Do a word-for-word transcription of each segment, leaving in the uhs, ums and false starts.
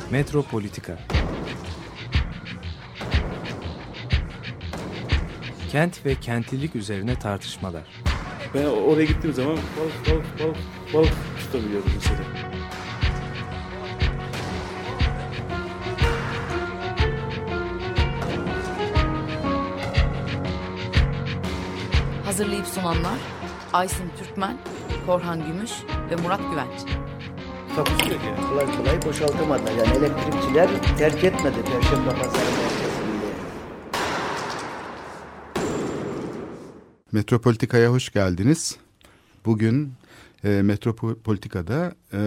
Metropolitika. Kent ve kentlilik üzerine tartışmalar. Ben oraya gittiğim zaman balık balık balık balık tutabiliyordum mesela. Hazırlayıp sunanlar Aysin Türkmen, Korhan Gümüş ve Murat Güvenç. Takusuyor ki. Kolay kolay boşaltamadı. Yani elektrikçiler terk etmedi Perşembe Pazarı merkezinde. Metropolitika'ya hoş geldiniz. Bugün e, Metropolitika'da e,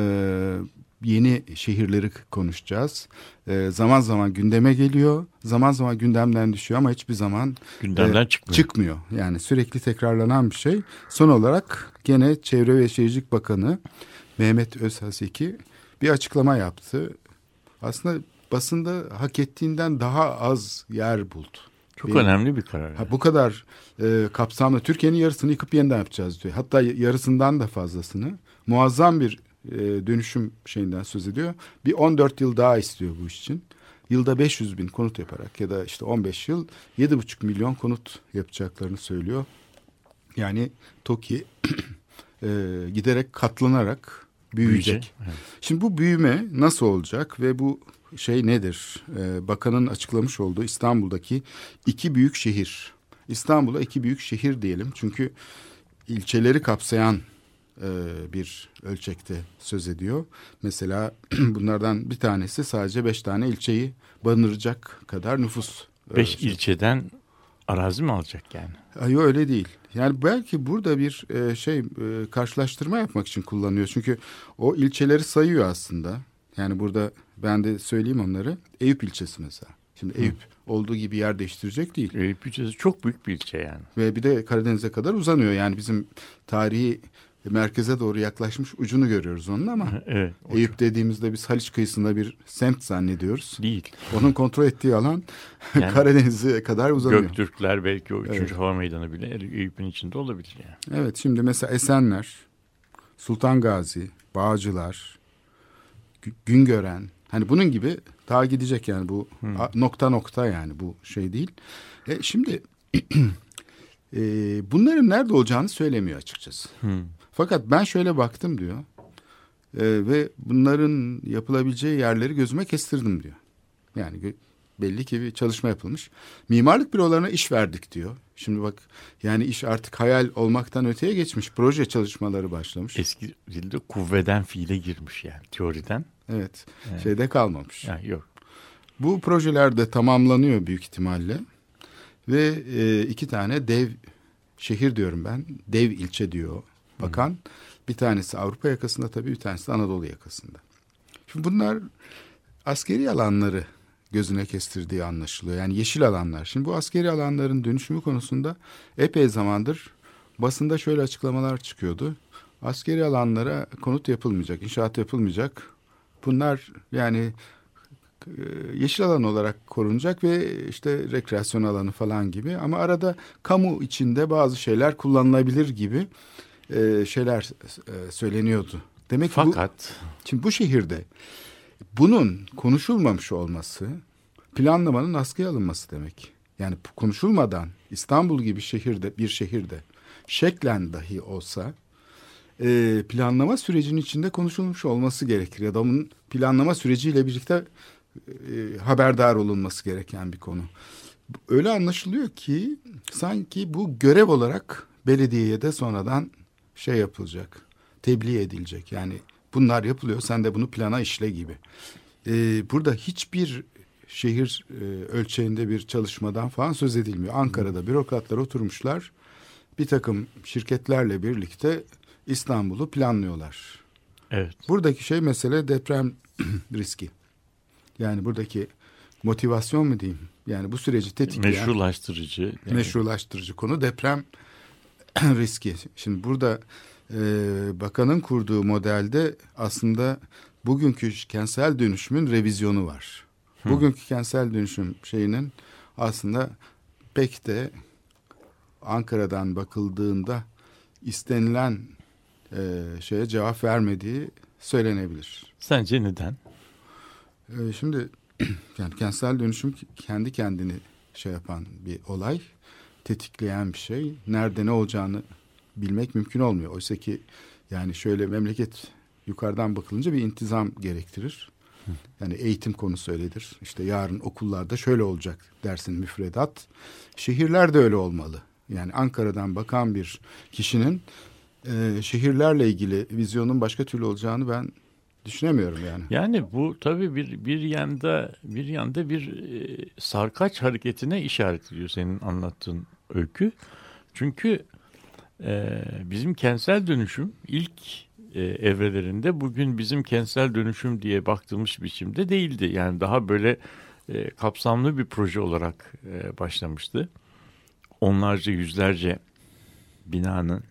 yeni şehirleri konuşacağız. E, zaman zaman gündeme geliyor, zaman zaman gündemden düşüyor ama hiçbir zaman gündemden e, çıkmıyor. çıkmıyor. Yani sürekli tekrarlanan bir şey. Son olarak gene Çevre ve Şehircilik Bakanı Mehmet Özhaseki bir açıklama yaptı. Aslında basında hak ettiğinden daha az yer buldu. Çok Benim, önemli bir karar. Ha, bu kadar e, kapsamlı Türkiye'nin yarısını yıkıp yeniden yapacağız diyor. Hatta yarısından da fazlasını. Muazzam bir e, dönüşüm şeyinden söz ediyor. Bir on dört yıl daha istiyor bu iş için. Yılda beş yüz bin konut yaparak ya da işte on beş yıl yedi buçuk milyon konut yapacaklarını söylüyor. Yani TOKİ e, giderek katlanarak büyüyecek. Büyüyecek, evet. Şimdi bu büyüme nasıl olacak ve bu şey nedir? Ee, bakanın açıklamış olduğu İstanbul'daki iki büyük şehir. İstanbul'a iki büyük şehir diyelim. Çünkü ilçeleri kapsayan e, bir ölçekte söz ediyor. Mesela bunlardan bir tanesi sadece beş tane ilçeyi barındıracak kadar nüfus. Beş e, ilçeden arazi mi alacak yani? Hayır, öyle değil. Yani belki burada bir e, şey e, karşılaştırma yapmak için kullanıyor. Çünkü o ilçeleri sayıyor aslında. Yani burada ben de söyleyeyim onları. Eyüp ilçesi mesela. Şimdi Eyüp Hı. olduğu gibi yer değiştirecek değil. Eyüp ilçesi çok büyük bir ilçe yani. Ve bir de Karadeniz'e kadar uzanıyor. Yani bizim tarihi merkeze doğru yaklaşmış ucunu görüyoruz onun ama evet, Eyüp çok... dediğimizde biz Haliç kıyısında bir semt zannediyoruz. Değil. Onun kontrol ettiği alan yani Karadeniz'e kadar uzanıyor. Göktürkler belki o üçüncü evet. hava meydanı bile Eyüp'ün içinde olabilir yani. Evet, şimdi mesela Esenler, Sultan Gazi, Bağcılar, Güngören, hani bunun gibi daha gidecek yani bu hmm. nokta nokta yani bu şey değil. E şimdi e, bunların nerede olacağını söylemiyor açıkçası. Hmm. Fakat ben şöyle baktım diyor e, ve bunların yapılabileceği yerleri gözüme kestirdim diyor. Yani belli ki bir çalışma yapılmış. Mimarlık bürolarına iş verdik diyor. Şimdi bak yani iş artık hayal olmaktan öteye geçmiş. Proje çalışmaları başlamış. Eski dilde kuvveden fiile girmiş yani teoriden. Evet, evet. Şeyde kalmamış. Yani yok. Bu projeler de tamamlanıyor büyük ihtimalle. Ve e, iki tane dev şehir diyorum ben. Dev ilçe diyor bakan. Hmm. Bir tanesi Avrupa yakasında tabii, bir tanesi de Anadolu yakasında. Şimdi bunlar askeri alanları gözüne kestirdiği anlaşılıyor. Yani yeşil alanlar. Şimdi bu askeri alanların dönüşümü konusunda epey zamandır basında şöyle açıklamalar çıkıyordu. Askeri alanlara konut yapılmayacak, inşaat yapılmayacak. Bunlar yani yeşil alan olarak korunacak ve işte rekreasyon alanı falan gibi. Ama arada kamu içinde bazı şeyler kullanılabilir gibi şeyler söyleniyordu. Demek Fakat ki bu, şimdi bu şehirde bunun konuşulmamış olması planlamanın askıya alınması demek. Yani konuşulmadan İstanbul gibi şehirde bir şehirde şeklen dahi olsa e, planlama sürecinin içinde konuşulmuş olması gerekir. Ya da onun planlama süreciyle birlikte e, haberdar olunması gereken bir konu. Öyle anlaşılıyor ki sanki bu görev olarak belediyeye de sonradan şey yapılacak, tebliğ edilecek. Yani bunlar yapılıyor, sen de bunu plana işle gibi. Ee, burada hiçbir şehir e, ölçeğinde bir çalışmadan falan söz edilmiyor. Ankara'da bürokratlar oturmuşlar, bir takım şirketlerle birlikte İstanbul'u planlıyorlar. Evet. Buradaki şey mesele deprem riski. Yani buradaki motivasyon mu diyeyim? Yani bu süreci tetikleyen meşrulaştırıcı, yani. meşrulaştırıcı konu deprem riski. Şimdi burada e, bakanın kurduğu modelde aslında bugünkü kentsel dönüşümün revizyonu var. Hı. Bugünkü kentsel dönüşüm şeyinin aslında pek de Ankara'dan bakıldığında istenilen e, şeye cevap vermediği söylenebilir. Sence neden? Ee, şimdi yani kentsel dönüşüm kendi kendini şey yapan bir olay, tetikleyen bir şey. Nerede ne olacağını bilmek mümkün olmuyor. Oysa ki yani şöyle memleket yukarıdan bakılınca bir intizam gerektirir. Yani eğitim konusu öyledir. İşte yarın okullarda şöyle olacak dersin müfredat. Şehirler de öyle olmalı. Yani Ankara'dan bakan bir kişinin e, şehirlerle ilgili vizyonun başka türlü olacağını ben düşünemiyorum yani. Yani bu tabii bir bir yanda bir yanda bir e, sarkaç hareketine işaret ediyor senin anlattığın öykü. Çünkü e, bizim kentsel dönüşüm ilk e, evrelerinde bugün bizim kentsel dönüşüm diye baktığımız biçimde değildi. Yani daha böyle e, kapsamlı bir proje olarak e, başlamıştı. Onlarca yüzlerce binanın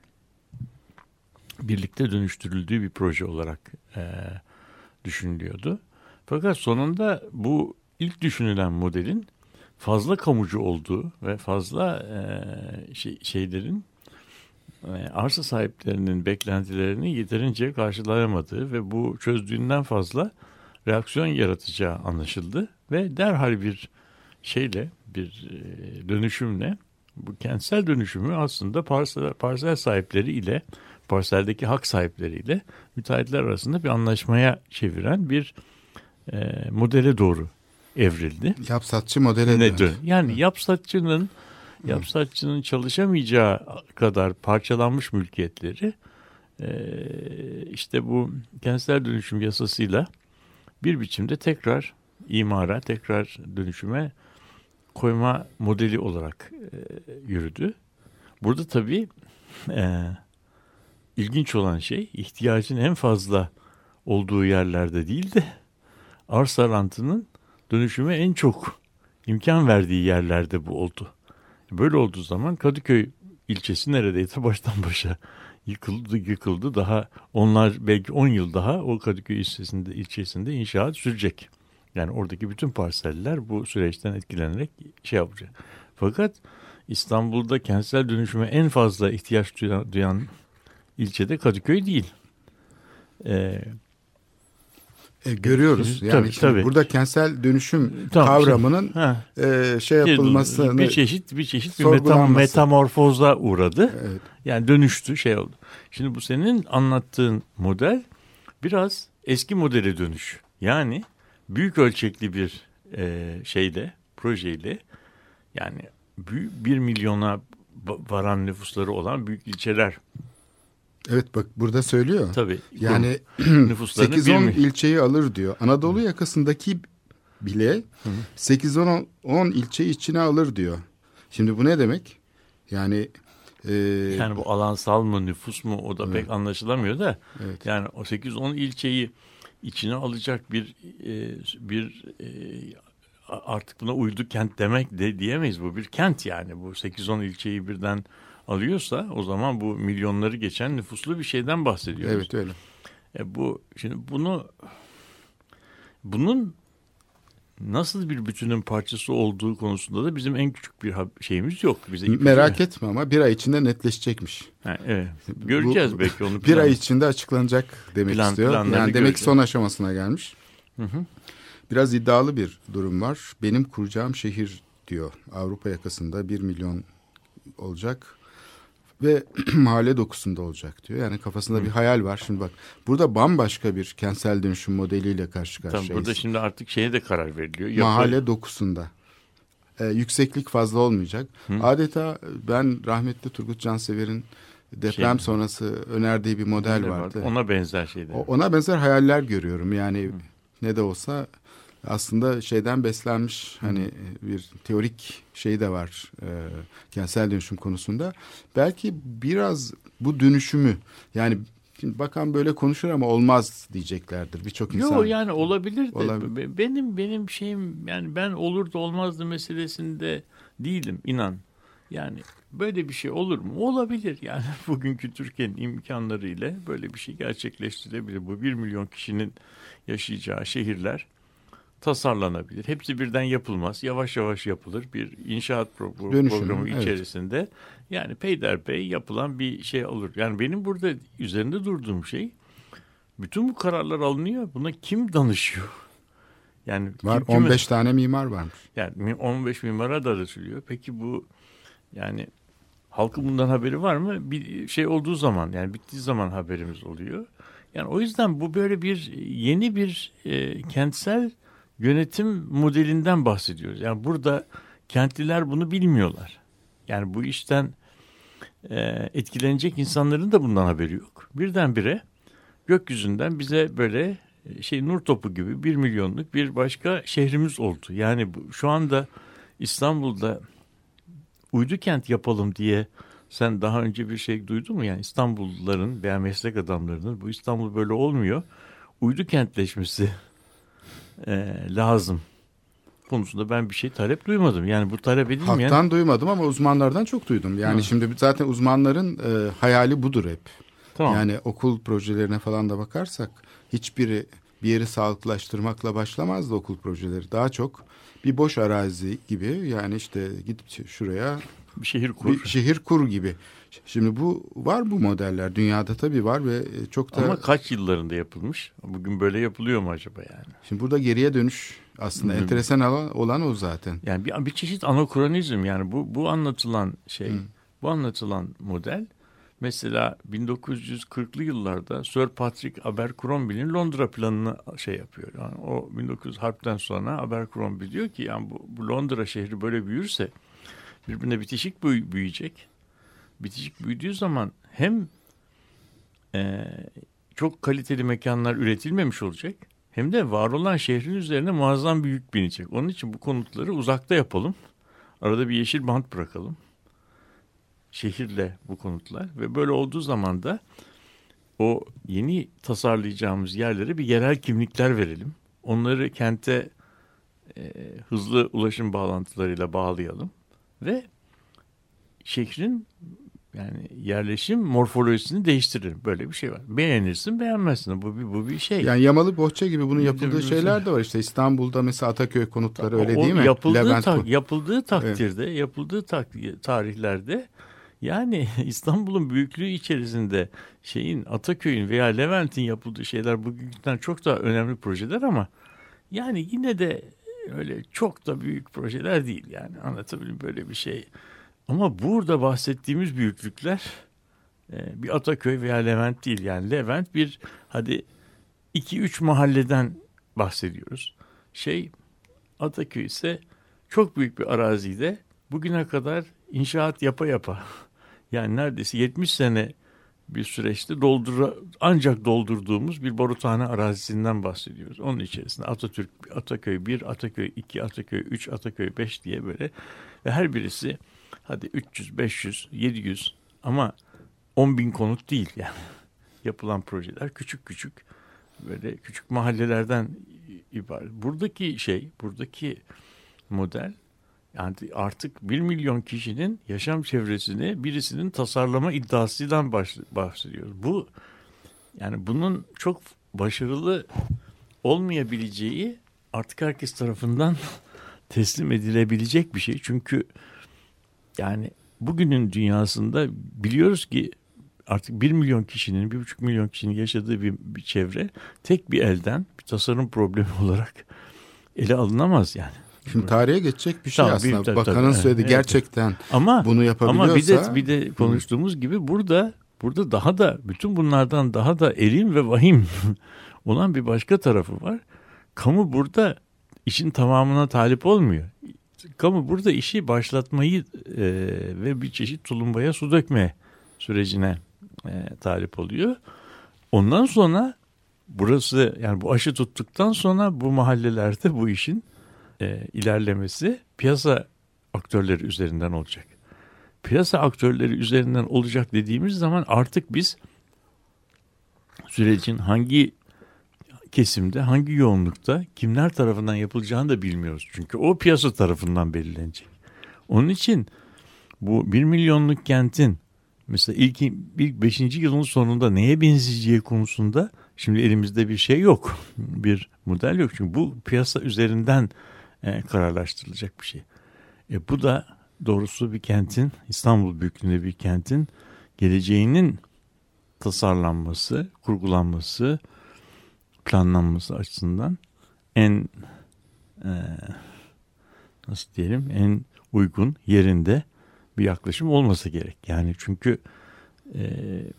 birlikte dönüştürüldüğü bir proje olarak e, düşünülüyordu. Fakat sonunda bu ilk düşünülen modelin fazla kamucu olduğu ve fazla e, şey, şeylerin e, arsa sahiplerinin beklentilerini yeterince karşılayamadığı ve bu çözdüğünden fazla reaksiyon yaratacağı anlaşıldı ve derhal bir şeyle bir e, dönüşümle bu kentsel dönüşümü aslında parsel, parsel sahipleri ile parseldeki hak sahipleriyle müteahhitler arasında bir anlaşmaya çeviren bir e, modele doğru evrildi. Yapsatçı modele Nedir? Yani yapsatçının yapsatçının çalışamayacağı kadar parçalanmış mülkiyetleri e, işte bu kentsel dönüşüm yasasıyla bir biçimde tekrar imara, tekrar dönüşüme koyma modeli olarak e, yürüdü. Burada tabii e, ilginç olan şey ihtiyacın en fazla olduğu yerlerde değil de arsa rantının dönüşüme en çok imkan verdiği yerlerde bu oldu. Böyle olduğu zaman Kadıköy ilçesi neredeyse baştan başa yıkıldı yıkıldı. Daha onlar belki on yıl daha o Kadıköy ilçesinde, ilçesinde inşaat sürecek. Yani oradaki bütün parseller bu süreçten etkilenerek şey yapacak. Fakat İstanbul'da kentsel dönüşüme en fazla ihtiyaç duyan, duyan ilçede Kadıköy değil. Ee, E, görüyoruz. Yani tabii, şimdi tabii. burada kentsel dönüşüm Tamam, kavramının şimdi, e, şey yapılmasını bir çeşit bir çeşit bir metam, metamorfoza uğradı. Evet. Yani dönüştü, şey oldu. Şimdi bu senin anlattığın model biraz eski modele dönüş. Yani büyük ölçekli bir e, şeyle, projeyle, yani büyük bir milyona varan nüfusları olan büyük ilçeler. Evet, bak burada söylüyor. Tabii. Yani nüfuslarını sekiz on bir mi? ilçeyi alır diyor. Anadolu yakasındaki bile sekiz on ilçeyi içine alır diyor. Şimdi bu ne demek? Yani e, yani bu alansal mı, nüfus mu, o da evet. pek anlaşılamıyor da. Evet. Yani o sekiz on ilçeyi içine alacak bir e, bir e, artık buna uydu kent demek de diyemeyiz. Bu bir kent yani. Bu sekiz on ilçeyi birden alıyorsa o zaman bu milyonları geçen nüfuslu bir şeyden bahsediyoruz. Evet, öyle. E bu şimdi bunu bunun nasıl bir bütünün parçası olduğu konusunda da bizim en küçük bir şeyimiz yok. Bize Merak etme ama bir ay içinde netleşecekmiş. Ha, evet. Göreceğiz Bu, belki onu. Bir ay içinde açıklanacak demek Plan, istiyor. Yani demek göreceğiz. ki son aşamasına gelmiş. Hı hı. Biraz iddialı bir durum var. Benim kuracağım şehir diyor. Avrupa yakasında bir milyon olacak ve mahalle dokusunda olacak diyor. Yani kafasında Hı. bir hayal var. Şimdi bak, burada bambaşka bir kentsel dönüşüm modeliyle karşı karşıyayız. Tabii burada şimdi artık şeye de karar veriliyor. Yapı... Mahalle dokusunda. Ee, yükseklik fazla olmayacak. Hı. Adeta ben rahmetli Turgut Cansever'in deprem şey, sonrası önerdiği bir model vardı. vardı. Ona benzer şeyler. Ona benzer hayaller görüyorum. Yani Hı. ne de olsa aslında şeyden beslenmiş, hani Hı. bir teorik şey de var e, kentsel dönüşüm konusunda. Belki biraz bu dönüşümü, yani şimdi bakan böyle konuşur ama olmaz diyeceklerdir birçok insan. Yok yani olabilir de olabilir. benim benim şeyim, yani ben olur da olmazdı meselesinde değilim, inan. Yani böyle bir şey olur mu? Olabilir yani. Bugünkü Türkiye'nin imkanlarıyla böyle bir şey gerçekleştirilebilir. Bu bir milyon kişinin yaşayacağı şehirler tasarlanabilir. Hepsi birden yapılmaz. Yavaş yavaş yapılır. Bir inşaat pro- Dönüşüm, programı evet. içerisinde yani peyderpey yapılan bir şey olur. Yani benim burada üzerinde durduğum şey, bütün bu kararlar alınıyor. Buna kim danışıyor? Yani Var kim- on beş tane mimar varmış. Yani on beş mimara da dağıtılıyor. Peki bu yani halkın bundan haberi var mı? Bir şey olduğu zaman, yani bittiği zaman haberimiz oluyor. Yani o yüzden bu böyle bir yeni bir e, kentsel yönetim modelinden bahsediyoruz. Yani burada kentliler bunu bilmiyorlar. Yani bu işten e, etkilenecek insanların da bundan haberi yok. Birdenbire gökyüzünden bize böyle şey nur topu gibi bir milyonluk bir başka şehrimiz oldu. Yani bu, şu anda İstanbul'da uydu kent yapalım diye sen daha önce bir şey duydun mu? Yani İstanbulluların veya meslek adamlarının bu İstanbul böyle olmuyor, uydu kentleşmesi e, lazım konusunda ben bir şey talep duymadım. Yani bu talep edilmeyen... Halktan duymadım ama uzmanlardan çok duydum. Yani Hı. şimdi zaten uzmanların e, hayali budur hep. Tamam. Yani okul projelerine falan da bakarsak hiçbiri bir yeri sağlıklaştırmakla başlamazdı okul projeleri. Daha çok bir boş arazi gibi, yani işte gidip şuraya bir şehir kur. bir şehir kur gibi. Şimdi bu var, bu modeller dünyada tabii var ve çok da... Ama kaç yıllarında yapılmış? Bugün böyle yapılıyor mu acaba yani? Şimdi burada geriye dönüş aslında Hı. enteresan olan, olan o zaten. Yani bir, bir çeşit anakronizm, yani bu bu anlatılan şey, Hı. bu anlatılan model. Mesela bin dokuz yüz kırklı yıllarda Sir Patrick Abercrombie'nin Londra planını şey yapıyor. Yani o bin dokuz yüz harpten sonra Abercrombie diyor ki yani bu, bu Londra şehri böyle büyürse birbirine bitişik büy- büyüyecek. Bitişik büyüdüğü zaman hem e, çok kaliteli mekanlar üretilmemiş olacak, hem de var olan şehrin üzerine muazzam bir yük binecek. Onun için bu konutları uzakta yapalım. Arada bir yeşil bant bırakalım. Şehirle bu konutlar ve böyle olduğu zaman da o yeni tasarlayacağımız yerlere bir yerel kimlikler verelim. Onları kente e, hızlı ulaşım bağlantılarıyla bağlayalım ve şehrin yani yerleşim morfolojisini değiştirelim. Böyle bir şey var. Beğenirsin, beğenmezsin. Bu bir bu bir şey. Yani yamalı bohça gibi bunun Bir de yapıldığı bir- şeyler de var. İşte İstanbul'da mesela Ataköy konutları öyle O değil mi? Yapıldığı, Levent tak- kon- yapıldığı takdirde, yapıldığı tak- tarihlerde yani İstanbul'un büyüklüğü içerisinde şeyin, Ataköy'ün veya Levent'in yapıldığı şeyler bugünkünden çok daha önemli projeler ama yani yine de öyle çok da büyük projeler değil yani, anlatabildim böyle bir şey. Ama burada bahsettiğimiz büyüklükler e, bir Ataköy veya Levent değil. Yani Levent bir, hadi iki üç mahalleden bahsediyoruz. Şey, Ataköy ise çok büyük bir arazide bugüne kadar inşaat yapa yapa yani neredeyse yetmiş sene bir süreçte doldura, ancak doldurduğumuz bir baruthane arazisinden bahsediyoruz. Onun içerisinde Atatürk, Ataköy bir, Ataköy iki, Ataköy üç, Ataköy beş diye böyle ve her birisi hadi üç yüz, beş yüz, yedi yüz ama on bin konut değil yani. Yapılan projeler küçük küçük böyle küçük mahallelerden ibaret. Buradaki şey, buradaki model yani artık bir milyon kişinin yaşam çevresini birisinin tasarlama iddiasından bahsediyoruz. Bu yani bunun çok başarılı olmayabileceği artık herkes tarafından teslim edilebilecek bir şey. Çünkü yani bugünün dünyasında biliyoruz ki artık bir milyon kişinin, bir buçuk milyon kişinin yaşadığı bir, bir çevre tek bir elden bir tasarım problemi olarak ele alınamaz yani. Şimdi tarihe geçecek bir şey Tabii, aslında. tabii, Bakanın tabii. söylediği Evet, gerçekten ama bunu yapabiliyorsa. ama bir de bir de konuştuğumuz gibi burada burada daha da bütün bunlardan daha da erin ve vahim olan bir başka tarafı var. Kamu burada işin tamamına talip olmuyor. Kamu burada işi başlatmayı e, ve bir çeşit tulumbaya su dökme sürecine e, talip oluyor. Ondan sonra burası, yani bu aşı tuttuktan sonra bu mahallelerde bu işin e, ilerlemesi piyasa aktörleri üzerinden olacak. Piyasa aktörleri üzerinden olacak dediğimiz zaman artık biz sürecin hangi kesimde, hangi yoğunlukta, kimler tarafından yapılacağını da bilmiyoruz. Çünkü o piyasa tarafından belirlenecek. Onun için bu bir milyonluk kentin mesela ilk, ilk beşinci yılın sonunda neye benzeyeceği konusunda şimdi elimizde bir şey yok. Bir model yok. Çünkü bu piyasa üzerinden e, kararlaştırılacak bir şey. E, bu da doğrusu bir kentin, İstanbul büyüklüğünde bir kentin geleceğinin tasarlanması, kurgulanması, planlanması açısından en e, nasıl diyelim en uygun yerinde bir yaklaşım olmasa gerek. Yani çünkü e,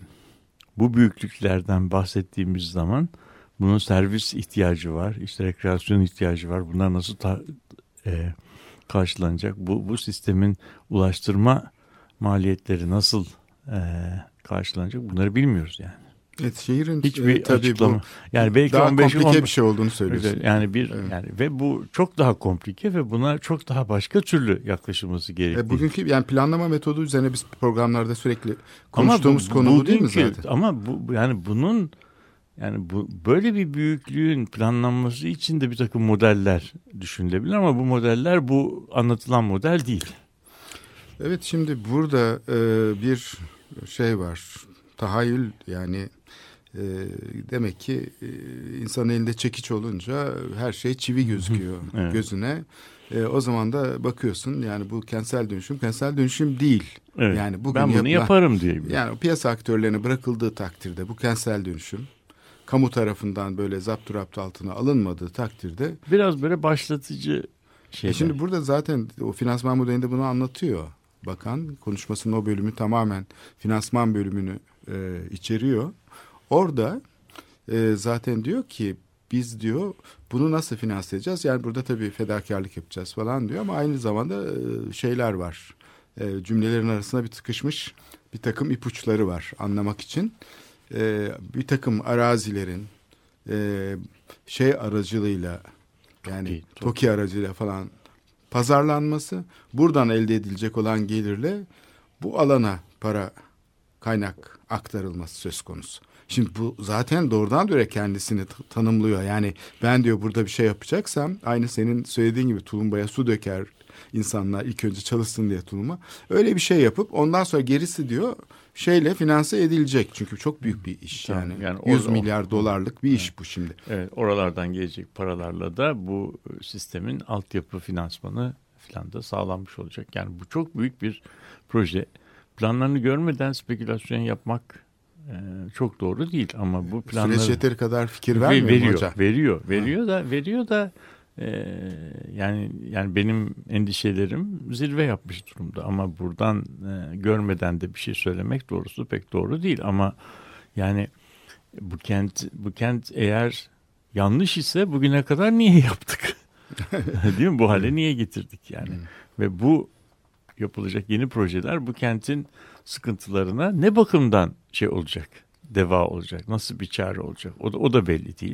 bu büyüklüklerden bahsettiğimiz zaman bunun servis ihtiyacı var, işte rekreasyon ihtiyacı var. Bunlar nasıl ta, e, karşılanacak? Bu bu sistemin ulaştırma maliyetleri nasıl e, karşılanacak? Bunları bilmiyoruz yani. Evet, şehrin hiçbir e, tabii açıklama. Bu, yani belki daha on beş komplike on, bir şey olduğunu söylüyorsun. Yani bir evet. yani ve bu çok daha komplike ve buna çok daha başka türlü yaklaşılması gerekiyor. E, bugünkü yani planlama metodu üzerine biz programlarda sürekli konuştuğumuz bu, konu bu değil mi zaten? Ama bu yani bunun yani bu böyle bir büyüklüğün planlanması için de bir takım modeller düşünülebilir ama bu modeller bu anlatılan model değil. Evet, şimdi burada e, bir şey var. Tahayyül yani e, demek ki e, insanın elinde çekiç olunca her şey çivi gözüküyor evet. gözüne. E, o zaman da bakıyorsun yani bu kentsel dönüşüm kentsel dönüşüm değil. Evet. Yani bugün ben bunu yapılan, yaparım diye. Yani piyasa aktörlerine bırakıldığı takdirde bu kentsel dönüşüm kamu tarafından böyle zapturapt altına alınmadığı takdirde biraz böyle başlatıcı şey. E şimdi burada zaten o finansman modelinde bunu anlatıyor. Bakan konuşmasının o bölümü tamamen finansman bölümünü e, içeriyor. Orada e, zaten diyor ki biz diyor bunu nasıl finanse edeceğiz? Yani burada tabii fedakarlık yapacağız falan diyor ama aynı zamanda e, şeyler var. E, cümlelerin arasında bir tıkışmış bir takım ipuçları var anlamak için. E, bir takım arazilerin e, şey aracılığıyla yani TOKİ, TOKİ aracılığıyla falan pazarlanması, buradan elde edilecek olan gelirle bu alana para kaynak aktarılması söz konusu. Şimdi bu zaten doğrudan doğruya kendisini t- tanımlıyor. Yani ben diyor burada bir şey yapacaksam aynı senin söylediğin gibi tulumbaya su döker insanlar ilk önce çalışsın diye tuluma. Öyle bir şey yapıp ondan sonra gerisi diyor şeyle finanse edilecek. Çünkü çok büyük bir iş tamam, yani. yani yüz or- milyar or- dolarlık bir evet. iş bu şimdi. Evet, oralardan gelecek paralarla da bu sistemin altyapı finansmanı falan da sağlanmış olacak. Yani bu çok büyük bir proje. Planlarını görmeden spekülasyon yapmak e, çok doğru değil ama bu planları Süreç yeteri kadar fikir vermiyor veriyor, mu hocam? Veriyor, veriyor da veriyor da e, yani yani benim endişelerim zirve yapmış durumda ama buradan e, görmeden de bir şey söylemek doğrusu pek doğru değil ama yani bu kent bu kent eğer yanlış ise bugüne kadar niye yaptık? Değil mi? Bu hale niye getirdik yani? Ve bu yapılacak yeni projeler bu kentin sıkıntılarına ne bakımdan şey olacak? Deva olacak. Nasıl bir çare olacak? O da, o da belli değil.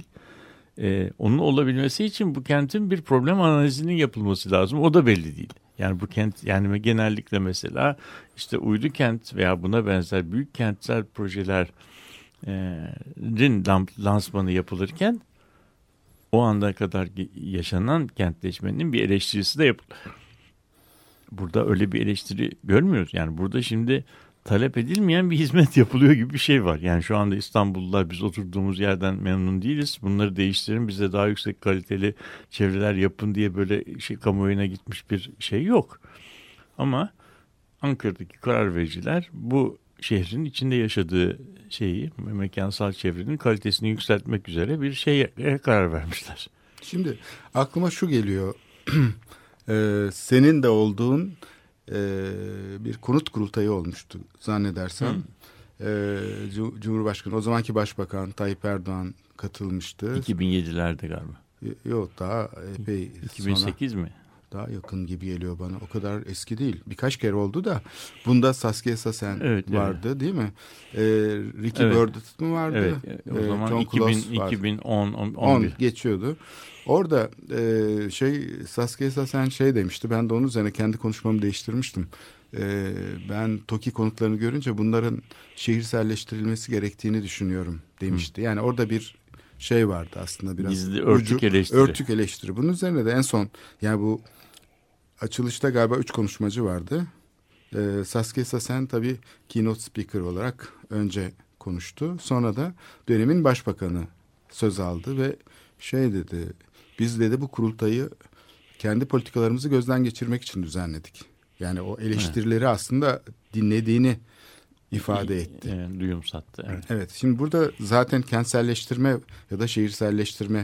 Ee, onun olabilmesi için bu kentin bir problem analizinin yapılması lazım. O da belli değil. Yani bu kent yani genellikle mesela işte uydu kent veya buna benzer büyük kentsel projelerin lansmanı yapılırken o anda kadar yaşanan kentleşmenin bir eleştirisi de yapılır. Burada öyle bir eleştiri görmüyoruz. Yani burada şimdi talep edilmeyen bir hizmet yapılıyor gibi bir şey var. Yani şu anda İstanbullular biz oturduğumuz yerden memnun değiliz. Bunları değiştirin, bize daha yüksek kaliteli çevreler yapın diye böyle şey kamuoyuna gitmiş bir şey yok. Ama Ankara'daki karar vericiler bu şehrin içinde yaşadığı şeyi, mekansal çevrenin kalitesini yükseltmek üzere bir şeye karar vermişler. Şimdi aklıma şu geliyor. ee, senin de olduğun e, bir konut kurultayı olmuştu zannedersem. Ee, Cumhurbaşkanı, o zamanki Başbakan Tayyip Erdoğan katılmıştı. iki bin yedilerde galiba. Yok, daha epey iki bin sekiz sonra. mi? Daha yakın gibi geliyor bana. O kadar eski değil. Birkaç kere oldu da. Bunda Saskia Sassen evet, vardı evet. değil mi? Ee, Ricky evet. Burdett mı vardı? Evet. O ee, zaman John iki bin, iki bin on, on bir. geçiyordu. Orada e, şey Saskia Sassen şey demişti. Ben de onun üzerine kendi konuşmamı değiştirmiştim. E, ben TOKİ konutlarını görünce bunların şehirselleştirilmesi gerektiğini düşünüyorum demişti. Hı. Yani orada bir şey vardı aslında biraz. Gizli örtük ucu, eleştiri. Örtük eleştiri. Bunun üzerine de en son yani bu açılışta galiba üç konuşmacı vardı. Ee, Saskia Sassen tabii keynote speaker olarak önce konuştu. Sonra da dönemin başbakanı söz aldı ve şey dedi, biz dedi bu kurultayı kendi politikalarımızı gözden geçirmek için düzenledik. Yani o eleştirileri evet. aslında dinlediğini ifade etti. E, duyum sattı. Evet. Evet. Şimdi burada zaten kentselleştirme ya da şehirselleştirme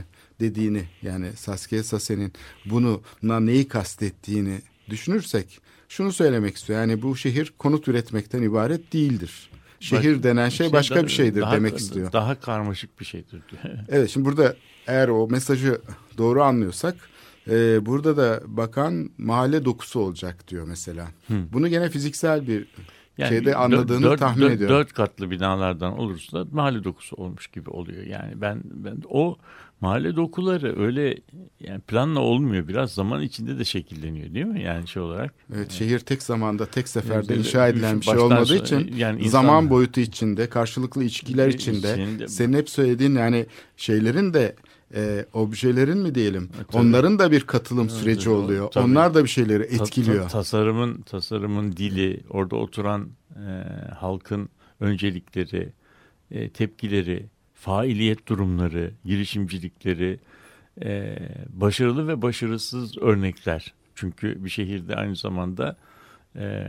dediğini, yani Saskia Sassen'in buna neyi kastettiğini düşünürsek şunu söylemek istiyor. Yani bu şehir konut üretmekten ibaret değildir. Şehir Baş, denen şey başka şey, bir şeydir daha, demek istiyor. Daha karmaşık bir şeydir diyor. Evet, şimdi burada eğer o mesajı doğru anlıyorsak e, burada da bakan mahalle dokusu olacak diyor mesela. Hı. Bunu gene fiziksel bir yani şeyde anladığını dört, tahmin dört, ediyorum. Dört katlı binalardan olursa mahalle dokusu olmuş gibi oluyor. Yani ben ben o mahalle dokuları öyle yani planla olmuyor. Biraz zaman içinde de şekilleniyor değil mi? Yani şey olarak. Evet, yani, şehir tek zamanda tek seferde yani, inşa edilen bir şey olmadığı sonra, için yani insan, zaman boyutu içinde, karşılıklı ilişkiler içinde, içinde senin hep söylediğin yani şeylerin de e, objelerin mi diyelim? Tabii. Onların da bir katılım evet, süreci oluyor. Tabii. Onlar da bir şeyleri etkiliyor. Ta, ta, tasarımın tasarımın dili, orada oturan e, halkın öncelikleri, e, tepkileri, faaliyet durumları, girişimcilikleri, e, başarılı ve başarısız örnekler. Çünkü bir şehirde aynı zamanda e,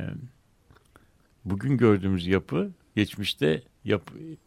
bugün gördüğümüz yapı, geçmişte yap,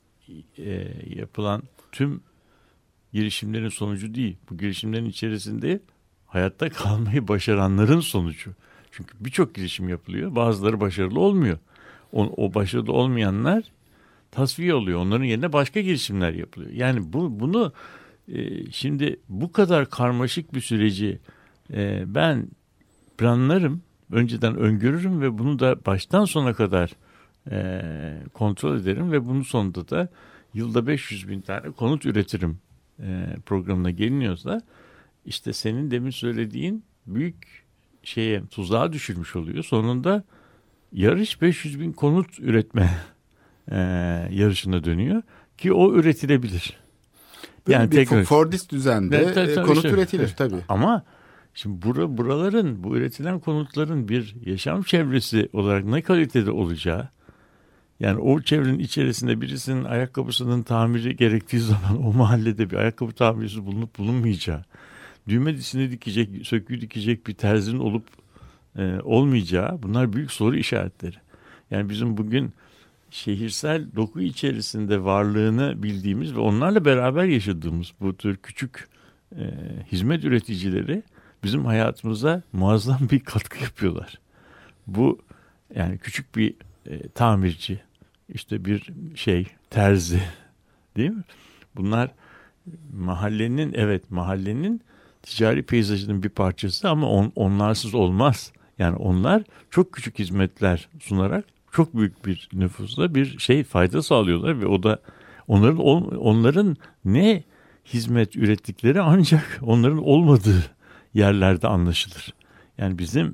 e, yapılan tüm girişimlerin sonucu değil. Bu girişimlerin içerisinde hayatta kalmayı başaranların sonucu. Çünkü birçok girişim yapılıyor. Bazıları başarılı olmuyor. O, o başarılı olmayanlar tasfiye oluyor. Onların yerine başka girişimler yapılıyor. Yani bu bunu e, şimdi bu kadar karmaşık bir süreci e, ben planlarım, önceden öngörürüm ve bunu da baştan sona kadar e, kontrol ederim ve bunun sonunda da yılda beş yüz bin tane konut üretirim e, programına geliniyorsa işte senin demin söylediğin büyük şeye tuzağa düşürmüş oluyor. Sonunda yarış beş yüz bin konut üretme e, yarışına dönüyor ki o üretilebilir. Yani bir tekrar, Fordist düzende evet, tabii, tabii, konut şey, üretilir tabii. Ama şimdi bura, buraların, bu üretilen konutların bir yaşam çevresi olarak ne kalitede olacağı, yani o çevrenin içerisinde birisinin ayakkabısının tamiri gerektiği zaman o mahallede bir ayakkabı tamircisi bulunup bulunmayacağı, düğme dişini dikecek, söküğü dikecek bir terzinin olup e, olmayacağı, bunlar büyük soru işaretleri. Yani bizim bugün şehirsel doku içerisinde varlığını bildiğimiz ve onlarla beraber yaşadığımız bu tür küçük e, hizmet üreticileri bizim hayatımıza muazzam bir katkı yapıyorlar. Bu yani küçük bir e, tamirci, işte bir şey terzi, değil mi? Bunlar mahallenin evet mahallenin ticari peyzajının bir parçası ama on, onlarsız olmaz. Yani onlar çok küçük hizmetler sunarak çok büyük bir nüfusla bir şey fayda sağlıyorlar ve o da onların onların ne hizmet ürettikleri ancak onların olmadığı yerlerde anlaşılır. Yani bizim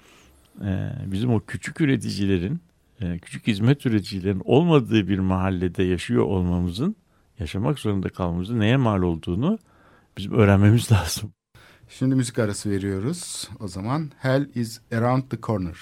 e, bizim o küçük üreticilerin, e, küçük hizmet üreticilerin olmadığı bir mahallede yaşıyor olmamızın, yaşamak zorunda kalmamızın neye mal olduğunu bizim öğrenmemiz lazım. Şimdi müzik arası veriyoruz. O zaman Hell is Around the Corner.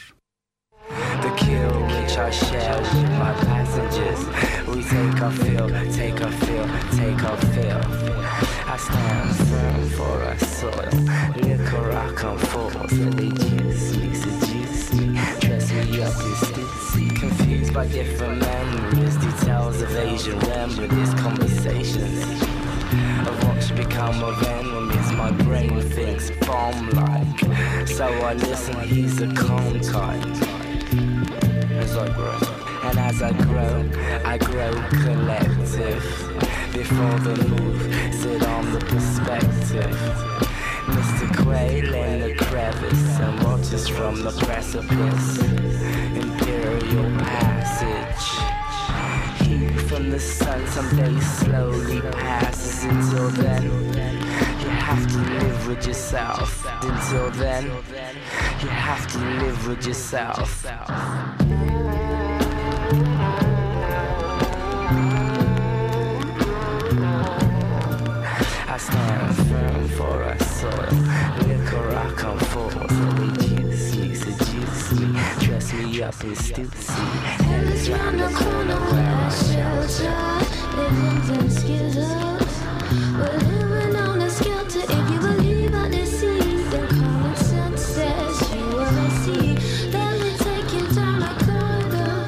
The kill which I share with my passengers. We take our fill, take our fill, take our fill. I stand firm for our soil. Liquor I come forth and they juice me, seduce me, dress me up in stitzy. Confused by different memories, details of Asian remedies, conversations of what's become of enemies. My brain thinks bomb-like, so I listen, he's a calm type. As I grow, and as I grow, I grow collective. Before the move, sit on the perspective. Mister Quail in the crevice and watches from the precipice. Imperial passage. Heat from the sun someday slowly passes. Until then, you have to live with yourself. Until then, you have to live with yourself. I stand firm for our soil. Liquor I come forth, they juice me, seduce me, dress me up in Stussy. And it's round the corner where I shelter. Living in skittles, we're living on a skelter. If you believe on the sea, then common sense says you wanna see. Let me take you down a corridor.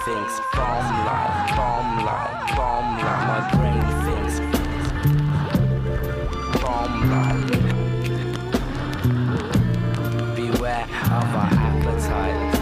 thinks bomb like, bomb like, bomb like. My brain thinks bomb like. Beware of our appetite.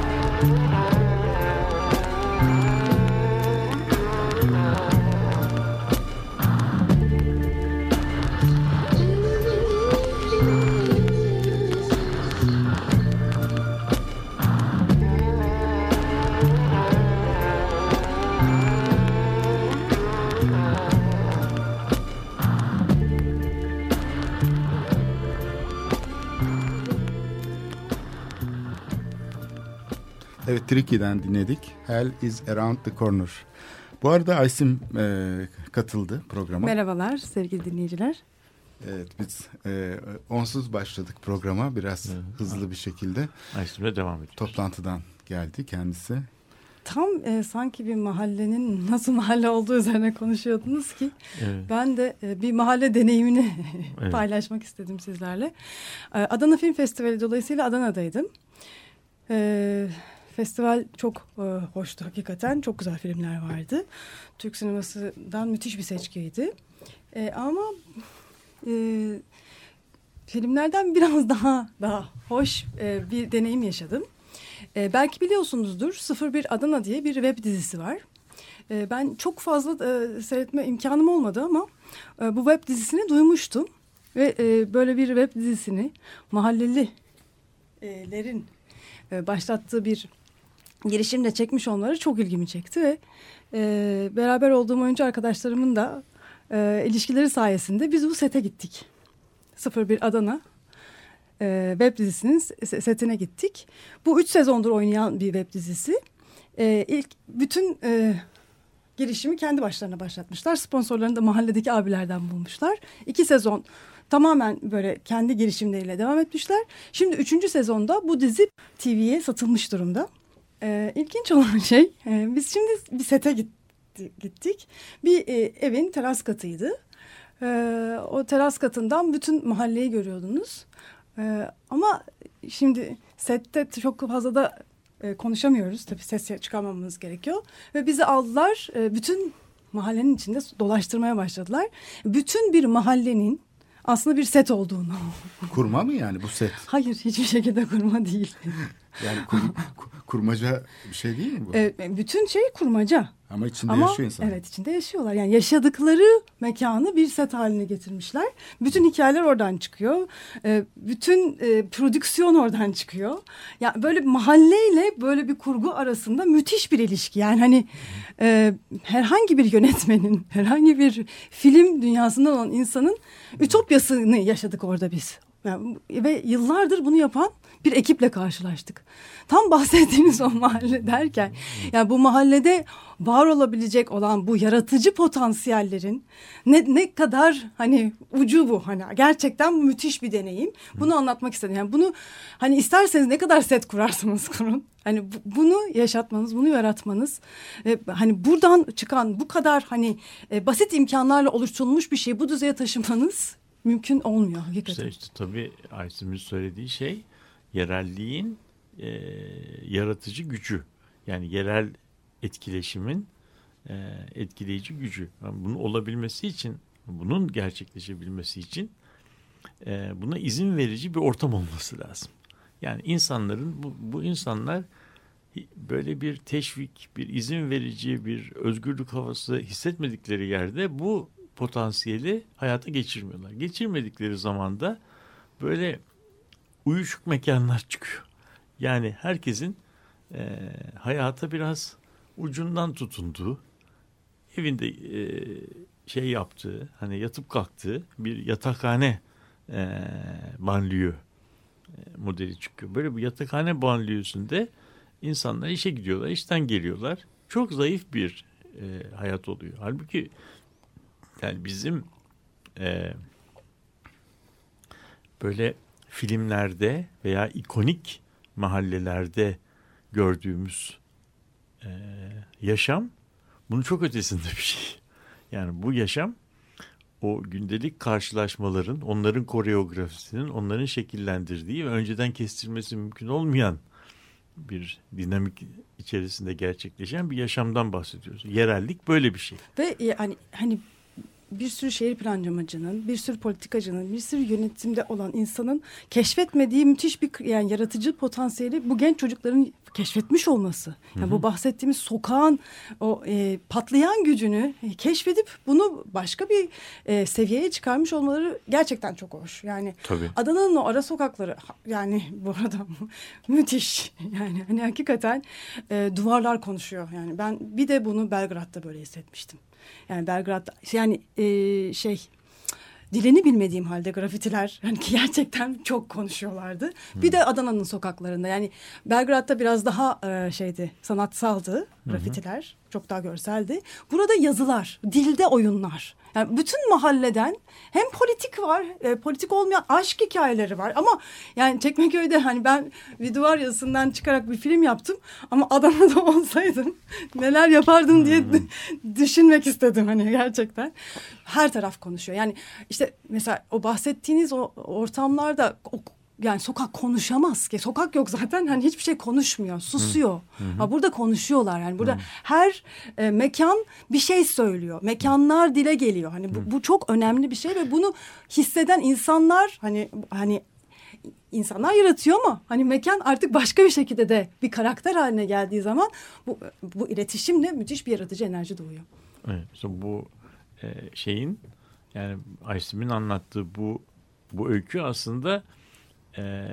Evet, Tricky'den dinledik. Hell is around the corner. Bu arada Aysim e, katıldı programa. Merhabalar sevgili dinleyiciler. Evet, biz e, onsuz başladık programa biraz evet. hızlı bir şekilde. Aysim'le devam ediyoruz. Toplantıdan geldi kendisi. Tam e, sanki bir mahallenin nasıl mahalle olduğu üzerine konuşuyordunuz ki evet. ben de e, bir mahalle deneyimini evet. paylaşmak istedim sizlerle. E, Adana Film Festivali dolayısıyla Adana'daydım. E, festival çok e, hoştu hakikaten. Çok güzel filmler vardı. Türk sinemasından müthiş bir seçkiydi. E, ama e, filmlerden biraz daha daha hoş e, bir deneyim yaşadım. E, belki biliyorsunuzdur, sıfır bir Adana diye bir web dizisi var. E, ben çok fazla e, seyretme imkanım olmadı ama e, bu web dizisini duymuştum. Ve e, böyle bir web dizisini mahallelilerin e, başlattığı bir girişimle çekmiş olmaları çok ilgimi çekti. Ve e, beraber olduğum oyuncu arkadaşlarımın da e, ilişkileri sayesinde biz bu sete gittik. sıfır bir Adana. E, web dizisinin setine gittik. Bu üç sezondur oynayan bir web dizisi. E, ilk bütün e, girişimi kendi başlarına başlatmışlar. Sponsorlarını da mahalledeki abilerden bulmuşlar. İki sezon tamamen böyle kendi girişimleriyle devam etmişler. Şimdi üçüncü sezonda bu dizi T V'ye satılmış durumda. E, ilginç olan şey, e, biz şimdi bir sete gitti, gittik. Bir e, evin teras katıydı. E, o teras katından bütün mahalleyi görüyordunuz. Ee, ama şimdi sette çok fazla da e, konuşamıyoruz. Tabii ses çıkarmamamız gerekiyor. Ve bizi aldılar, e, bütün mahallenin içinde dolaştırmaya başladılar. Bütün bir mahallenin aslında bir set olduğunu. Kurma mı yani bu set? Hayır, hiçbir şekilde kurma değil. Yani kur, kurmaca bir şey değil mi bu? E, bütün şey kurmaca. Ama içinde Ama, yaşıyor insanlar. Evet, içinde yaşıyorlar. Yani yaşadıkları mekanı bir set haline getirmişler. Bütün hikayeler oradan çıkıyor. E, bütün e, prodüksiyon oradan çıkıyor. Yani böyle mahalleyle böyle bir kurgu arasında müthiş bir ilişki. Yani hani e, herhangi bir yönetmenin, herhangi bir film dünyasında olan insanın ütopyasını yaşadık orada biz. Yani, ve yıllardır bunu yapan bir ekiple karşılaştık. Tam bahsettiğiniz o mahalle derken, yani bu mahallede var olabilecek olan bu yaratıcı potansiyellerin ne ne kadar hani ucu bu, hani gerçekten müthiş bir deneyim. Bunu anlatmak istedim. Yani bunu hani isterseniz ne kadar set kurarsanız kurun. Hani bu, bunu yaşatmanız, bunu yaratmanız, e, hani buradan çıkan bu kadar hani e, basit imkanlarla oluşturulmuş bir şeyi bu düzeye taşımanız mümkün olmuyor hakikaten. İşte, işte tabii Aysim'in söylediği şey yerelliğin e, yaratıcı gücü. Yani yerel etkileşimin e, etkileyici gücü. Yani bunun olabilmesi için, bunun gerçekleşebilmesi için e, buna izin verici bir ortam olması lazım. Yani insanların, bu, bu insanlar böyle bir teşvik, bir izin verici, bir özgürlük havası hissetmedikleri yerde bu potansiyeli hayata geçirmiyorlar. Geçirmedikleri zaman da böyle uyuşuk mekanlar çıkıyor. Yani herkesin e, hayata biraz ucundan tutunduğu, evinde e, şey yaptığı, hani yatıp kalktığı bir yatakhane e, banliyö e, modeli çıkıyor. Böyle bir yatakhane banliyösünde insanlar işe gidiyorlar, işten geliyorlar. Çok zayıf bir e, hayat oluyor. Halbuki yani bizim e, böyle filmlerde veya ikonik mahallelerde gördüğümüz e, yaşam bunun çok ötesinde bir şey. Yani bu yaşam o gündelik karşılaşmaların, onların koreografisinin, onların şekillendirdiği ve önceden kestirmesi mümkün olmayan bir dinamik içerisinde gerçekleşen bir yaşamdan bahsediyoruz. Yerellik böyle bir şey. Ve yani hani bir sürü şehir plancımacının, bir sürü politikacının, bir sürü yönetimde olan insanın keşfetmediği müthiş bir yani yaratıcı potansiyeli bu genç çocukların keşfetmiş olması. Yani bu bahsettiğimiz sokağın o e, patlayan gücünü e, keşfedip bunu başka bir e, seviyeye çıkarmış olmaları gerçekten çok hoş. Yani Tabii. Adana'nın o ara sokakları yani bu arada müthiş. Yani hani hakikaten e, duvarlar konuşuyor. Yani ben bir de bunu Belgrad'da böyle hissetmiştim. Yani Belgrad'da yani e, şey dilini bilmediğim halde grafitiler hani gerçekten çok konuşuyorlardı. Hmm. Bir de Adana'nın sokaklarında yani Belgrad'da biraz daha e, şeydi sanatsaldı grafitiler. Hmm. Çok daha görseldi. Burada yazılar, dilde oyunlar. Yani bütün mahalleden hem politik var, e, politik olmayan aşk hikayeleri var. Ama yani Çekmeköy'de hani ben bir duvar yazısından çıkarak bir film yaptım. Ama Adana'da olsaydım neler yapardım diye hmm. düşünmek istedim hani gerçekten. Her taraf konuşuyor. Yani işte mesela o bahsettiğiniz o ortamlarda o, yani sokak konuşamaz ki. Sokak yok zaten hani hiçbir şey konuşmuyor. Susuyor. Hı hı. Ha, burada konuşuyorlar. Yani burada hı. her e, mekan bir şey söylüyor. Mekanlar dile geliyor. Hani bu, bu çok önemli bir şey ve bunu hisseden insanlar hani hani insanlar yaratıyor ama hani mekan artık başka bir şekilde de bir karakter haline geldiği zaman bu bu iletişimle müthiş bir yaratıcı enerji doğuyor. Evet. So bu e, şeyin yani Aysim'in anlattığı bu bu öykü aslında E,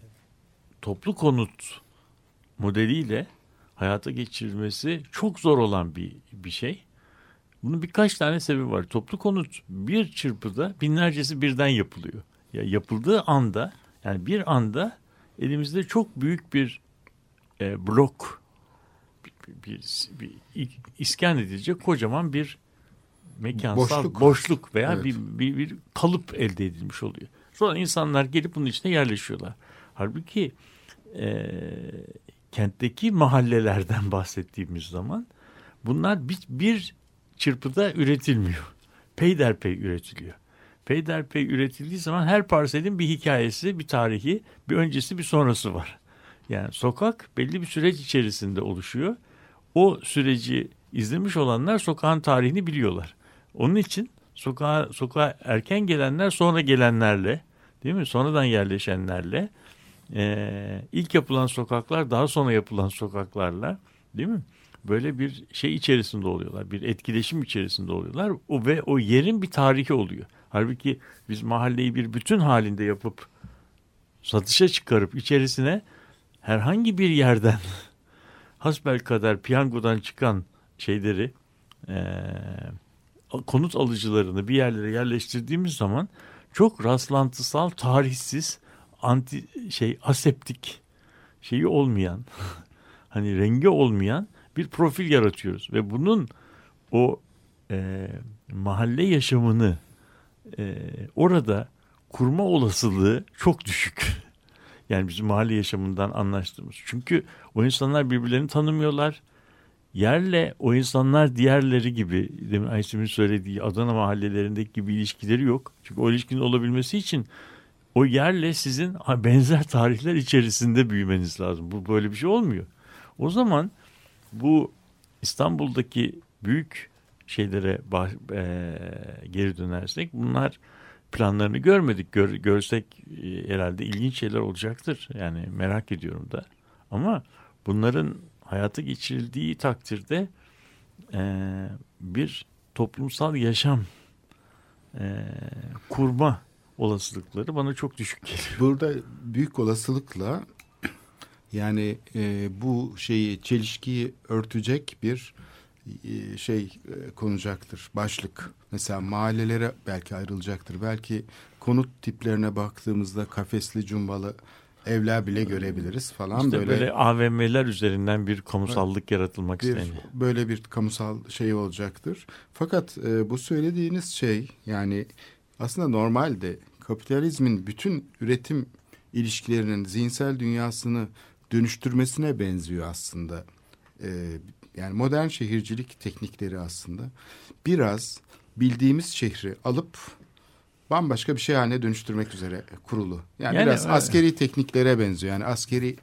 toplu konut modeliyle hayata geçirilmesi çok zor olan bir bir şey. Bunun birkaç tane sebebi var. Toplu konut bir çırpıda binlercesi birden yapılıyor. Ya yapıldığı anda yani bir anda elimizde çok büyük bir e, blok bir, bir, bir, bir iskan edilecek kocaman bir mekansal boşluk, boşluk veya evet. bir, bir, bir kalıp elde edilmiş oluyor. Sonra insanlar gelip bunun içine yerleşiyorlar. Halbuki e, kentteki mahallelerden bahsettiğimiz zaman bunlar bir, bir çırpıda üretilmiyor. Peyderpey üretiliyor. Peyderpey üretildiği zaman her parselin bir hikayesi, bir tarihi, bir öncesi, bir sonrası var. Yani sokak belli bir süreç içerisinde oluşuyor. O süreci izlemiş olanlar sokağın tarihini biliyorlar. Onun için sokağa, sokağa erken gelenler sonra gelenlerle, değil mi? Sonradan yerleşenlerle, e, ilk yapılan sokaklar daha sonra yapılan sokaklarla, değil mi? Böyle bir şey içerisinde oluyorlar, bir etkileşim içerisinde oluyorlar. O ve o yerin bir tarihi oluyor. Halbuki biz mahalleyi bir bütün halinde yapıp satışa çıkarıp içerisine herhangi bir yerden hasbelkader piyangodan çıkan şeyleri, e, konut alıcılarını bir yerlere yerleştirdiğimiz zaman çok rastlantısal, tarihsiz, anti şey aseptik şeyi olmayan, hani rengi olmayan bir profil yaratıyoruz ve bunun o e, mahalle yaşamını e, orada kurma olasılığı çok düşük. Yani bizim mahalle yaşamından anlaştığımız. Çünkü o insanlar birbirlerini tanımıyorlar. Yerle o insanlar diğerleri gibi, demin Aysim'in söylediği Adana mahallelerindeki gibi ilişkileri yok. Çünkü o ilişkinin olabilmesi için o yerle sizin benzer tarihler içerisinde büyümeniz lazım. Bu böyle bir şey olmuyor. O zaman bu İstanbul'daki büyük şeylere bah, e, geri dönersek bunlar planlarını görmedik. Gör, görsek e, herhalde ilginç şeyler olacaktır. Yani merak ediyorum da. Ama bunların hayata geçirildiği takdirde e, bir toplumsal yaşam e, kurma olasılıkları bana çok düşük geliyor. Burada büyük olasılıkla yani e, bu şeyi çelişkiyi örtecek bir e, şey e, konacaktır. Başlık. Mesela mahallelere belki ayrılacaktır. Belki konut tiplerine baktığımızda kafesli cumbalı evler bile görebiliriz falan. İşte böyle, böyle A V M'ler üzerinden bir kamusallık evet, yaratılmak isteniyor. Böyle bir kamusal şey olacaktır. Fakat e, bu söylediğiniz şey yani aslında normalde kapitalizmin bütün üretim ilişkilerinin zihinsel dünyasını dönüştürmesine benziyor aslında. Ee, yani modern şehircilik teknikleri aslında biraz bildiğimiz şehri alıp bambaşka bir şey haline dönüştürmek üzere kurulu. Yani, yani biraz öyle. Askeri tekniklere benziyor. Yani askeri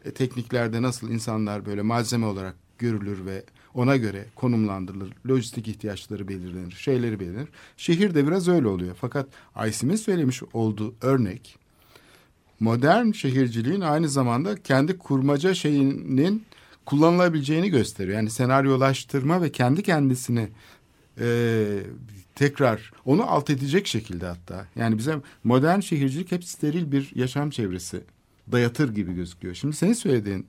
e, tekniklerde nasıl insanlar böyle malzeme olarak görülür ve ona göre konumlandırılır. Lojistik ihtiyaçları belirlenir, şeyleri belirlenir. Şehir de biraz öyle oluyor. Fakat Aysim'in söylemiş olduğu örnek modern şehirciliğin aynı zamanda kendi kurmaca şeyinin kullanılabileceğini gösteriyor. Yani senaryolaştırma ve kendi kendisini e, tekrar onu alt edecek şekilde hatta. Yani bize modern şehircilik hep steril bir yaşam çevresi dayatır gibi gözüküyor. Şimdi senin söylediğin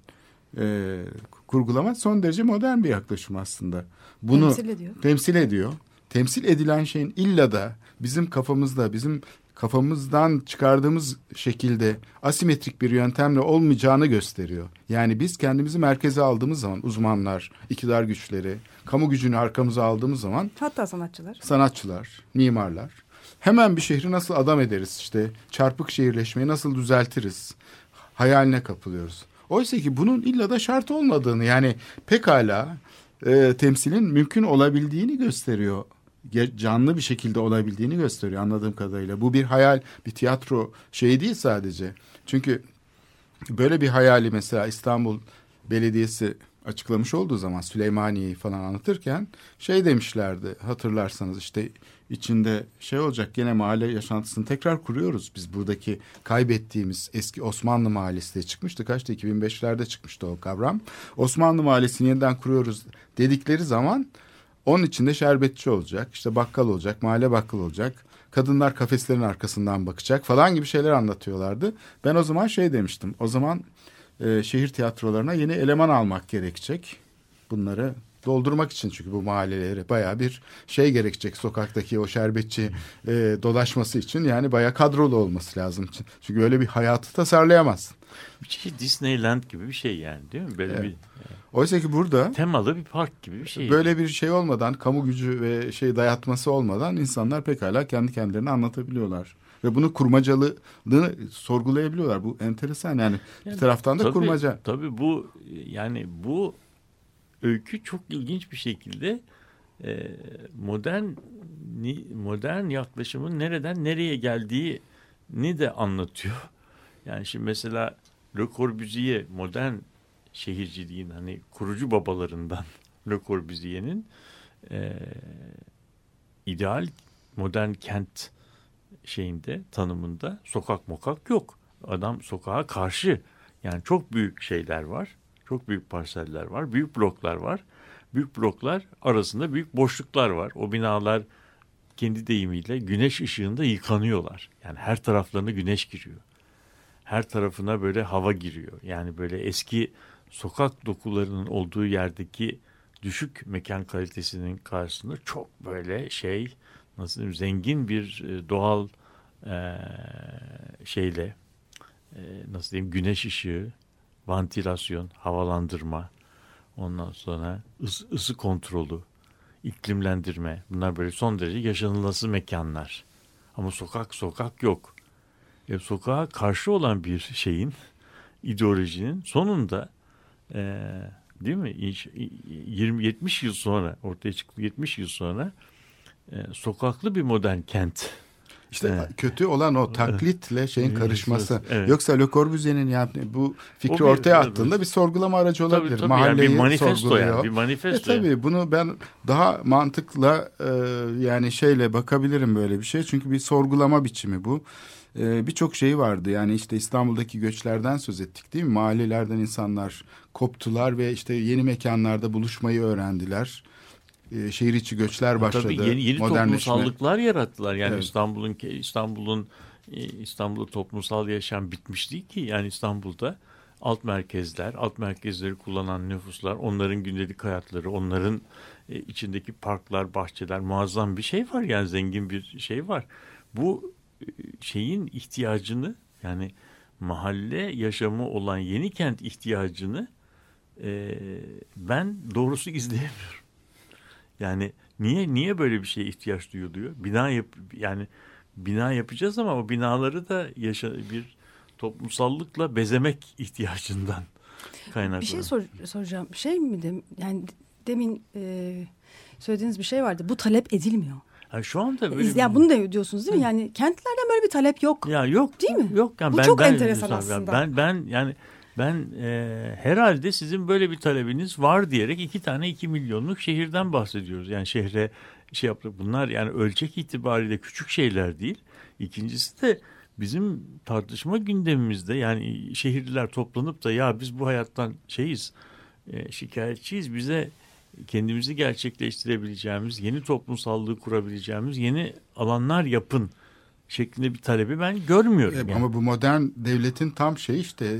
e, kurgulama son derece modern bir yaklaşım aslında. Bunu temsil ediyor. Temsil ediyor. Temsil edilen şeyin illa da bizim kafamızda, bizim kafamızdan çıkardığımız şekilde asimetrik bir yöntemle olmayacağını gösteriyor. Yani biz kendimizi merkeze aldığımız zaman uzmanlar, iktidar güçleri, kamu gücünü arkamıza aldığımız zaman Hatta sanatçılar. Sanatçılar, mimarlar hemen bir şehri nasıl adam ederiz işte çarpık şehirleşmeyi nasıl düzeltiriz hayaline kapılıyoruz. Oysa ki bunun illa da şart olmadığını yani pekala e, temsilin mümkün olabildiğini gösteriyor. Canlı bir şekilde olabildiğini gösteriyor anladığım kadarıyla. Bu bir hayal, bir tiyatro şeyi değil sadece. Çünkü böyle bir hayali mesela İstanbul Belediyesi açıklamış olduğu zaman Süleymaniye'yi falan anlatırken şey demişlerdi hatırlarsanız işte içinde şey olacak gene mahalle yaşantısını tekrar kuruyoruz. Biz buradaki kaybettiğimiz eski Osmanlı Mahallesi diye çıkmıştı. Kaçtı? iki bin beşlerde çıkmıştı o kavram. Osmanlı Mahallesi'ni yeniden kuruyoruz dedikleri zaman onun içinde şerbetçi olacak, işte bakkal olacak, mahalle bakkal olacak. Kadınlar kafeslerin arkasından bakacak falan gibi şeyler anlatıyorlardı. Ben o zaman şey demiştim. O zaman e, şehir tiyatrolarına yeni eleman almak gerekecek. Bunları doldurmak için çünkü bu mahalleleri bayağı bir şey gerekecek. Sokaktaki o şerbetçi e, dolaşması için yani bayağı kadrolu olması lazım. Çünkü öyle bir hayatı tasarlayamazsın. Bir şey Disneyland gibi bir şey yani değil mi? Böyle evet. bir Oysa ki burada temalı bir park gibi bir şey. Böyle bir şey olmadan, kamu gücü ve şey dayatması olmadan insanlar pekala kendi kendilerini anlatabiliyorlar. Ve bunu kurmacalığını sorgulayabiliyorlar. Bu enteresan yani, yani bir taraftan da tabii, kurmaca. Tabii bu yani bu öykü çok ilginç bir şekilde e, modern modern yaklaşımın nereden nereye geldiğini de anlatıyor. Yani şimdi mesela Le Corbusier modern şehirciliğin hani kurucu babalarından Le Corbusier'in e, ideal modern kent şeyinde tanımında sokak mokak yok. Adam sokağa karşı yani çok büyük şeyler var. Çok büyük parseller var. Büyük bloklar var. Büyük bloklar arasında büyük boşluklar var. O binalar kendi deyimiyle güneş ışığında yıkanıyorlar. Yani her taraflarına güneş giriyor. Her tarafına böyle hava giriyor. Yani böyle eski sokak dokularının olduğu yerdeki düşük mekan kalitesinin karşısında çok böyle şey nasıl diyeyim zengin bir doğal e, şeyle e, nasıl diyeyim güneş ışığı, vantilasyon, havalandırma, ondan sonra ısı, ısı kontrolü, iklimlendirme, bunlar böyle son derece yaşanılası mekanlar. Ama sokak sokak yok. E, sokağa karşı olan bir şeyin, ideolojinin sonunda e, değil mi? yirmi yetmiş yıl sonra ortaya çıktı. yetmiş yıl sonra e, sokaklı bir modern kent. İşte evet. kötü olan o taklitle şeyin karışması. Evet. Yoksa Le Corbusier'in yani bu fikri bir, ortaya attığında bir sorgulama aracı olabilir. Tabii, tabii. Mahalleyi yani bir manifesto sorguluyor. yani bir manifesto. E, tabii bunu ben daha mantıkla e, yani şeyle bakabilirim böyle bir şey. Çünkü bir sorgulama biçimi bu. E, birçok şey vardı. Yani işte İstanbul'daki göçlerden söz ettik değil mi? Mahallelerden insanlar koptular ve işte yeni mekanlarda buluşmayı öğrendiler. E, şehir içi göçler başladı. Tabii yeni, yeni toplumsallıklar yarattılar. Yani evet. İstanbul'un İstanbul'un İstanbul'da toplumsal yaşam bitmiş değil ki. Yani İstanbul'da alt merkezler, alt merkezleri kullanan nüfuslar, onların gündelik hayatları, onların e, içindeki parklar, bahçeler muazzam bir şey var. Yani zengin bir şey var. Bu e, şeyin ihtiyacını yani mahalle yaşamı olan yeni kent ihtiyacını e, ben doğrusu izleyemiyorum. Yani niye niye böyle bir şeye ihtiyaç duyuluyor? Bina yap yani bina yapacağız ama o binaları da yaşa bir toplumsallıkla bezemek ihtiyacından kaynaklı. Bir şey sor, soracağım. Şey mi de yani demin e, söylediğiniz bir şey vardı. Bu talep edilmiyor. Yani şu anda böyle yani bir... bunu da diyorsunuz değil mi? Yani kentlerden böyle bir talep yok. Ya yok. Değil mi? Yok. Yani bu ben, çok ben, enteresan ben, aslında. Ben ben yani Ben e, herhalde sizin böyle bir talebiniz var diyerek iki tane iki milyonluk şehirden bahsediyoruz. Yani şehre şey yaptık. Bunlar yani ölçek itibariyle küçük şeyler değil. İkincisi de bizim tartışma gündemimizde yani şehirliler toplanıp da ya biz bu hayattan şeyiz, e, şikayetçiyiz. Bize kendimizi gerçekleştirebileceğimiz, yeni toplumsallığı kurabileceğimiz yeni alanlar yapın şeklinde bir talebi ben görmüyorum. Evet, yani. Ama bu modern devletin tam şey işte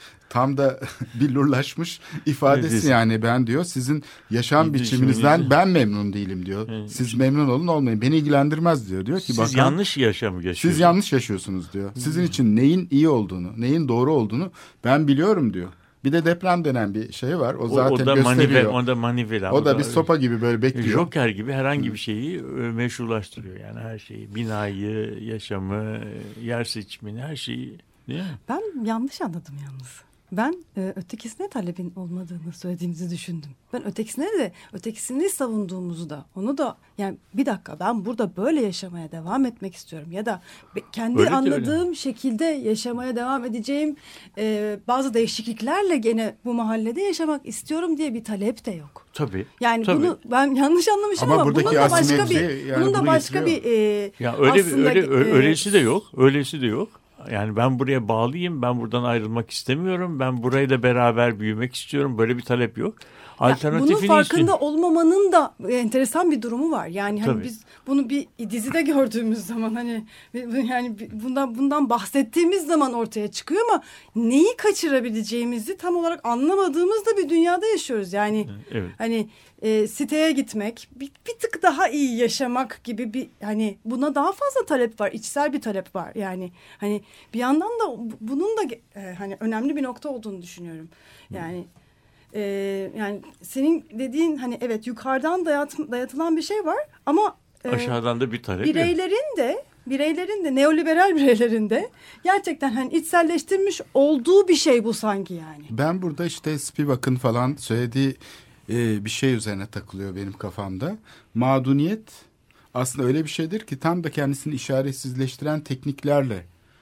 tam da billurlaşmış ifadesi Evet. yani ben diyor sizin yaşam İyi biçiminizden düşünün. ben memnun değilim diyor. Evet. Siz memnun olun olmayın beni ilgilendirmez diyor. Diyor ki Siz bakan, yanlış yaşamı yaşıyorsunuz. siz yanlış yaşıyorsunuz diyor. Sizin için neyin iyi olduğunu, neyin doğru olduğunu ben biliyorum diyor. Bir de deprem denen bir şey var. O, O, zaten o da gösteriyor. manivel, o da manivela. O da bir sopa gibi böyle bekliyor. Joker gibi herhangi bir şeyi e, meşrulaştırıyor. Yani her şeyi, binayı, yaşamı, yer seçimini, her şeyi. Değil mi? Ben yanlış anladım yalnız. Ben e, ötekisine talebin olmadığını söylediğinizi düşündüm. Ben ötekisine de ötekisini savunduğumuzu da onu da yani bir dakika ben burada böyle yaşamaya devam etmek istiyorum ya da be- kendi Öyle de anladığım şekilde yaşamaya devam edeceğim e, bazı değişikliklerle gene bu mahallede yaşamak istiyorum diye bir talep de yok. Tabii. Yani tabii. bunu ben yanlış anlamışım Ama ama, buradaki bunun da başka asimetri bir yani bunun da bunu başka getiriyor. bir e, Ya öyle bir- aslında, öyle ö- e, öylesi de yok. Öylesi de yok. Yani ben buraya bağlıyım. Ben buradan ayrılmak istemiyorum. Ben burayla beraber büyümek istiyorum. Böyle bir talep yok. Ya Alternatifini bunun farkında istiyor. olmamanın da enteresan bir durumu var. Yani hani Tabii. biz bunu bir dizide gördüğümüz zaman hani yani bundan bundan bahsettiğimiz zaman ortaya çıkıyor ama neyi kaçırabileceğimizi tam olarak anlamadığımız da bir dünyada yaşıyoruz. Yani Evet. hani e, siteye gitmek, bir, bir tık daha iyi yaşamak gibi bir hani buna daha fazla talep var, içsel bir talep var. Yani hani bir yandan da bu- bunun da e, hani önemli bir nokta olduğunu düşünüyorum. Yani e, yani senin dediğin hani evet yukarıdan dayat, dayatılan bir şey var ama e, Aşağıdan da bir talep yok. bireylerin de bireylerin de neoliberal bireylerin de gerçekten hani içselleştirmiş olduğu bir şey bu sanki yani. Ben burada işte Spivak'ın falan söylediği e, bir şey üzerine takılıyor benim kafamda. Mağduniyet aslında öyle bir şeydir ki tam da kendisini işaretsizleştiren tekniklerle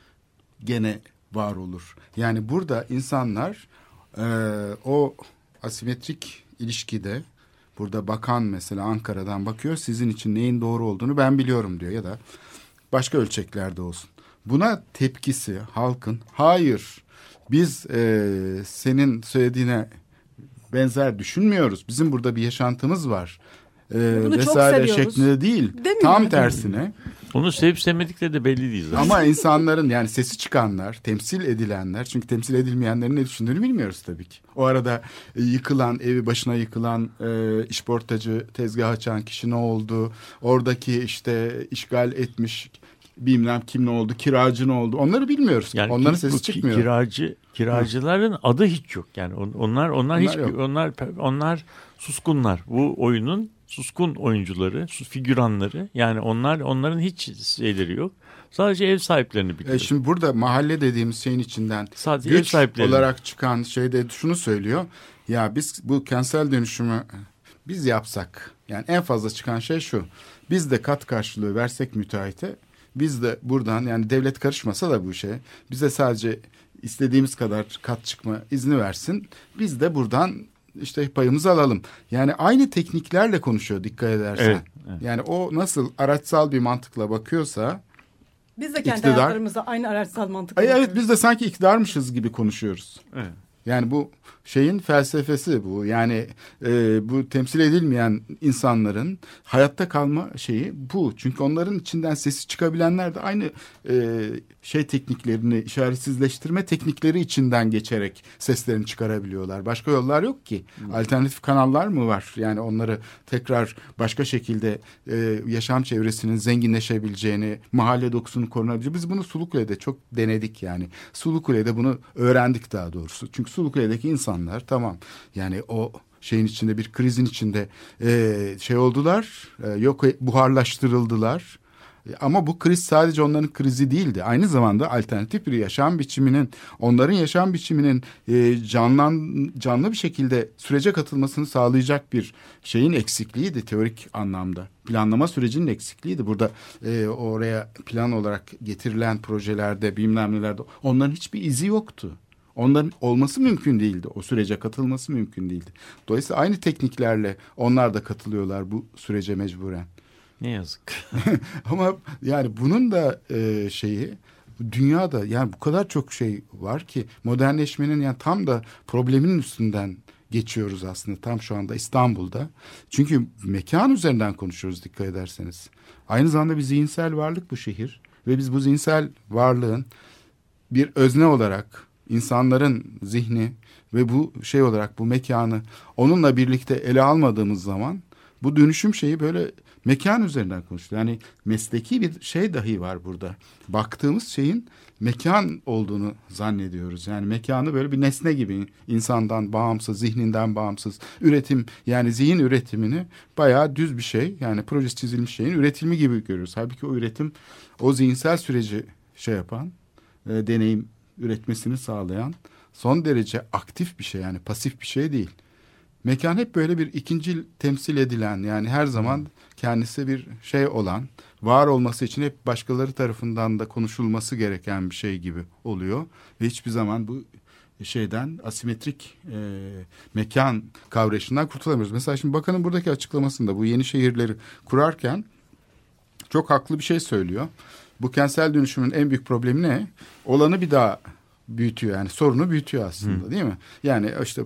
gene var olur. Yani burada insanlar e, o asimetrik ilişkide burada bakan mesela Ankara'dan bakıyor sizin için neyin doğru olduğunu ben biliyorum diyor ya da başka ölçeklerde olsun. Buna tepkisi halkın hayır biz e, senin söylediğine benzer düşünmüyoruz. Bizim burada bir yaşantımız var. E, Bunu çok vesaire seviyoruz. şeklinde değil. Demiyor. Tam tersine. Onu sevip sevmedikleri de belli değil zaten. Ama insanların yani sesi çıkanlar, temsil edilenler çünkü temsil edilmeyenlerin ne düşündüğünü bilmiyoruz tabii ki. O arada e, yıkılan, evi başına yıkılan e, işportacı, tezgah açan kişi ne oldu? Oradaki işte işgal etmiş bilmem kim ne oldu, kiracı ne oldu? Onları bilmiyoruz. Yani Onların ki- sesi bu ki- çıkmıyor. Kiracı kiracıların adı hiç yok. Yani on- onlar onlar hiç yok. onlar onlar suskunlar. Bu oyunun suskun oyuncuları, sus figüranları. Yani onlar onların hiç şeyleri yok. Sadece ev sahiplerini biliyor. E şimdi burada mahalle dediğimiz şeyin içinden Sadece ev güç sahipleri. olarak çıkan şeyde şunu söylüyor. Ya biz bu kentsel dönüşümü biz yapsak yani en fazla çıkan şey şu. Biz de kat karşılığı versek müteahhite biz de buradan yani devlet karışmasa da bu işe bize sadece istediğimiz kadar kat çıkma izni versin. Biz de buradan işte payımızı alalım. Yani aynı tekniklerle konuşuyor dikkat edersen. Evet, evet. Yani o nasıl araçsal bir mantıkla bakıyorsa Biz de kendi İktidar- hayatlarımızda aynı araçsal mantıkla Ay, evet bakıyoruz. biz de sanki iktidarmışız gibi konuşuyoruz. Evet. Yani bu şeyin felsefesi bu. Yani e, bu temsil edilmeyen insanların hayatta kalma şeyi bu. Çünkü onların içinden sesi çıkabilenler de aynı e, şey tekniklerini, işaretsizleştirme teknikleri içinden geçerek seslerini çıkarabiliyorlar. Başka yollar yok ki. Alternatif kanallar mı var? Yani onları tekrar başka şekilde e, yaşam çevresinin zenginleşebileceğini, mahalle dokusunu korunabileceğini. Biz bunu Sulukule'de çok denedik yani. Sulukule'de bunu öğrendik daha doğrusu. Çünkü Sulukule'deki insanlar tamam yani o şeyin içinde bir krizin içinde e, şey oldular, e, yok buharlaştırıldılar. Ama bu kriz sadece onların krizi değildi. Aynı zamanda alternatif bir yaşam biçiminin, onların yaşam biçiminin e, canlan, canlı bir şekilde sürece katılmasını sağlayacak bir şeyin eksikliğiydi teorik anlamda. Planlama sürecinin eksikliğiydi. Burada e, oraya plan olarak getirilen projelerde, bilmem nelerde onların hiçbir izi yoktu. Onların olması mümkün değildi. O sürece katılması mümkün değildi. Dolayısıyla aynı tekniklerle onlar da katılıyorlar bu sürece mecburen. Ne yazık. Ama yani bunun da e, şeyi dünyada yani bu kadar çok şey var ki modernleşmenin yani tam da problemin üstünden geçiyoruz aslında tam şu anda İstanbul'da. Çünkü mekan üzerinden konuşuyoruz dikkat ederseniz. Aynı zamanda bir zihinsel varlık bu şehir ve biz bu zihinsel varlığın bir özne olarak insanların zihni ve bu şey olarak bu mekanı onunla birlikte ele almadığımız zaman bu dönüşüm şeyi böyle mekan üzerinden konuşuyor. Yani mesleki bir şey dahi var burada. Baktığımız şeyin mekan olduğunu zannediyoruz. Yani mekanı böyle bir nesne gibi insandan bağımsız, zihninden bağımsız üretim yani zihin üretimini bayağı düz bir şey yani projesi çizilmiş şeyin üretimi gibi görüyoruz. Halbuki o üretim o zihinsel süreci şey yapan, e, deneyim üretmesini sağlayan son derece aktif bir şey yani pasif bir şey değil. Mekan hep böyle bir ikincil temsil edilen yani her zaman kendisi bir şey olan var olması için hep başkaları tarafından da konuşulması gereken bir şey gibi oluyor. Ve hiçbir zaman bu şeyden asimetrik e, mekan kavrayışından kurtulamıyoruz. Mesela şimdi bakanın buradaki açıklamasında bu yeni şehirleri kurarken çok haklı bir şey söylüyor. Bu kentsel dönüşümün en büyük problemi ne? Olanı bir daha büyütüyor yani sorunu büyütüyor aslında. Hı. Değil mi? Yani işte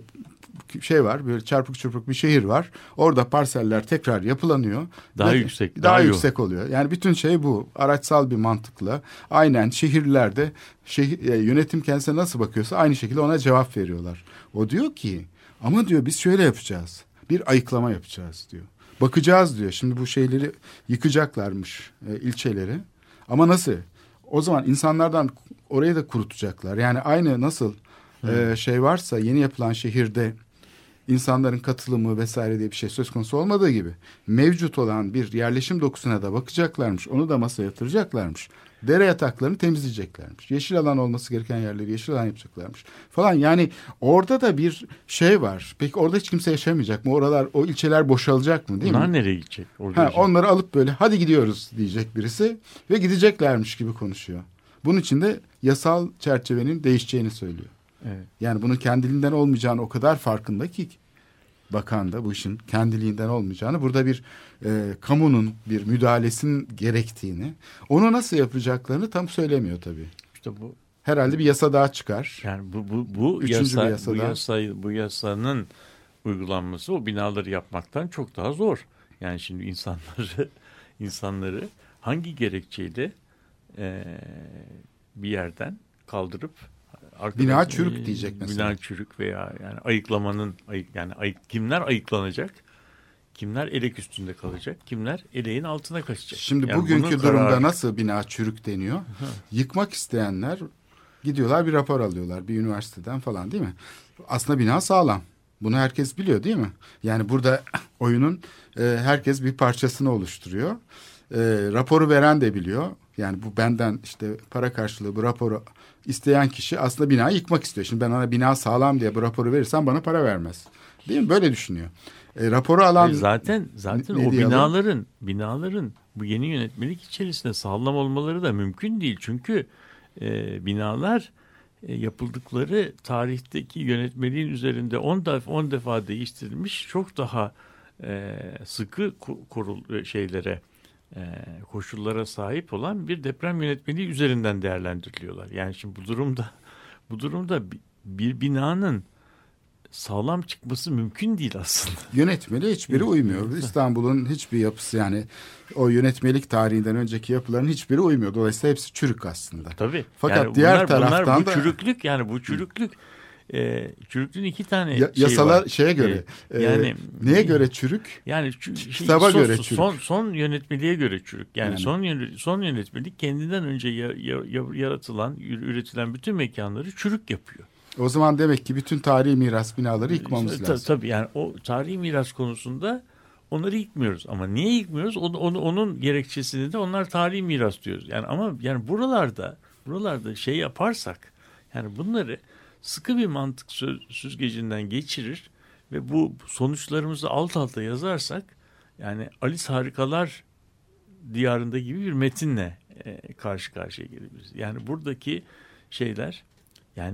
şey var böyle çarpık çırpık bir şehir var. Orada parseller tekrar yapılanıyor. Daha yüksek. Daha, daha yüksek oluyor. Yani bütün şey bu. Araçsal bir mantıkla aynen şehirlerde şehir, e, yönetim kendisine nasıl bakıyorsa aynı şekilde ona cevap veriyorlar. O diyor ki ama diyor biz şöyle yapacağız. Bir ayıklama yapacağız diyor. Bakacağız diyor. Şimdi bu şeyleri yıkacaklarmış e, ilçeleri. Ama nasıl? O zaman insanlardan orayı da kurutacaklar. Yani aynı nasıl e, şey varsa yeni yapılan şehirde insanların katılımı vesaire diye bir şey söz konusu olmadığı gibi mevcut olan bir yerleşim dokusuna da bakacaklarmış. Onu da masaya yatıracaklarmış. Dere yataklarını temizleyeceklermiş. Yeşil alan olması gereken yerleri yeşil alan yapacaklarmış falan. Yani orada da bir şey var. Peki orada hiç kimse yaşamayacak mı? Oralar, o ilçeler boşalacak mı değil Bunlar mi? nereye gidecek? Ha, onları alıp böyle hadi gidiyoruz diyecek birisi ve gideceklermiş gibi konuşuyor. Bunun için de yasal çerçevenin değişeceğini söylüyor. Evet. Yani bunun kendiliğinden olmayacağını o kadar farkında ki bakan da bu işin kendiliğinden olmayacağını, burada bir e, kamunun bir müdahalesinin gerektiğini, onu nasıl yapacaklarını tam söylemiyor tabii. İşte bu herhalde bir yasa daha çıkar. Yani bu bu bu Üçüncü yasa, bir yasa bu daha. yasayı bu yasanın uygulanması o binaları yapmaktan çok daha zor. Yani şimdi insanları insanları hangi gerekçeyle e, bir yerden kaldırıp arkadaş, bina çürük diyecek mesela. Bina çürük veya yani ayıklamanın ayık yani ayık, kimler ayıklanacak? Kimler elek üstünde kalacak? Kimler eleğin altına kaçacak? Şimdi yani bugünkü durumda kararı... nasıl bina çürük deniyor? Hı. Yıkmak isteyenler gidiyorlar bir rapor alıyorlar bir üniversiteden falan değil mi? Aslında bina sağlam. Bunu herkes biliyor değil mi? Yani burada oyunun e, herkes bir parçasını oluşturuyor. E, raporu veren de biliyor. Yani bu benden işte para karşılığı bu raporu isteyen kişi aslında binayı yıkmak istiyor. Şimdi ben ona bina sağlam diye bu raporu verirsem bana para vermez. Değil mi? Böyle düşünüyor. E, raporu alan... Zaten zaten ne, o ne binaların alan? binaların bu yeni yönetmelik içerisinde sağlam olmaları da mümkün değil. Çünkü e, binalar e, yapıldıkları tarihteki yönetmeliğin üzerinde on defa, on defa değiştirilmiş çok daha e, sıkı kurul şeylere e, koşullara sahip olan bir deprem yönetmeliği üzerinden değerlendiriliyorlar. Yani şimdi bu durumda bu durumda bir binanın sağlam çıkması mümkün değil aslında. Yönetmeliğe hiçbiri uymuyor. İstanbul'un hiçbir yapısı yani o yönetmelik tarihinden önceki yapıların hiçbiri uymuyor. Dolayısıyla hepsi çürük aslında. Tabii. Fakat yani diğer bunlar, taraftan bunlar, bu da... çürüklük yani bu çürüklük e, çürüklüğün iki tane ya, şey yasalar var. şeye göre e, yani e, neye göre çürük? Yani şey, kitaba son, göre çürük. Son, son yönetmeliğe göre çürük. Yani, yani. son son yönetmelik kendinden önce ya, ya, yaratılan, üretilen bütün mekanları çürük yapıyor. O zaman demek ki bütün tarihi miras binaları yıkmamız lazım. Tabii yani o tarihi miras konusunda onları yıkmıyoruz. Ama niye yıkmıyoruz? Onu, onu, onun gerekçesini de onlar tarihi miras diyoruz. Yani ama yani buralarda buralarda şey yaparsak yani bunları sıkı bir mantık söz, süzgecinden geçirir ve bu sonuçlarımızı alt alta yazarsak yani Alice Harikalar Diyarında gibi bir metinle e, karşı karşıya gelebiliriz. Yani buradaki şeyler yani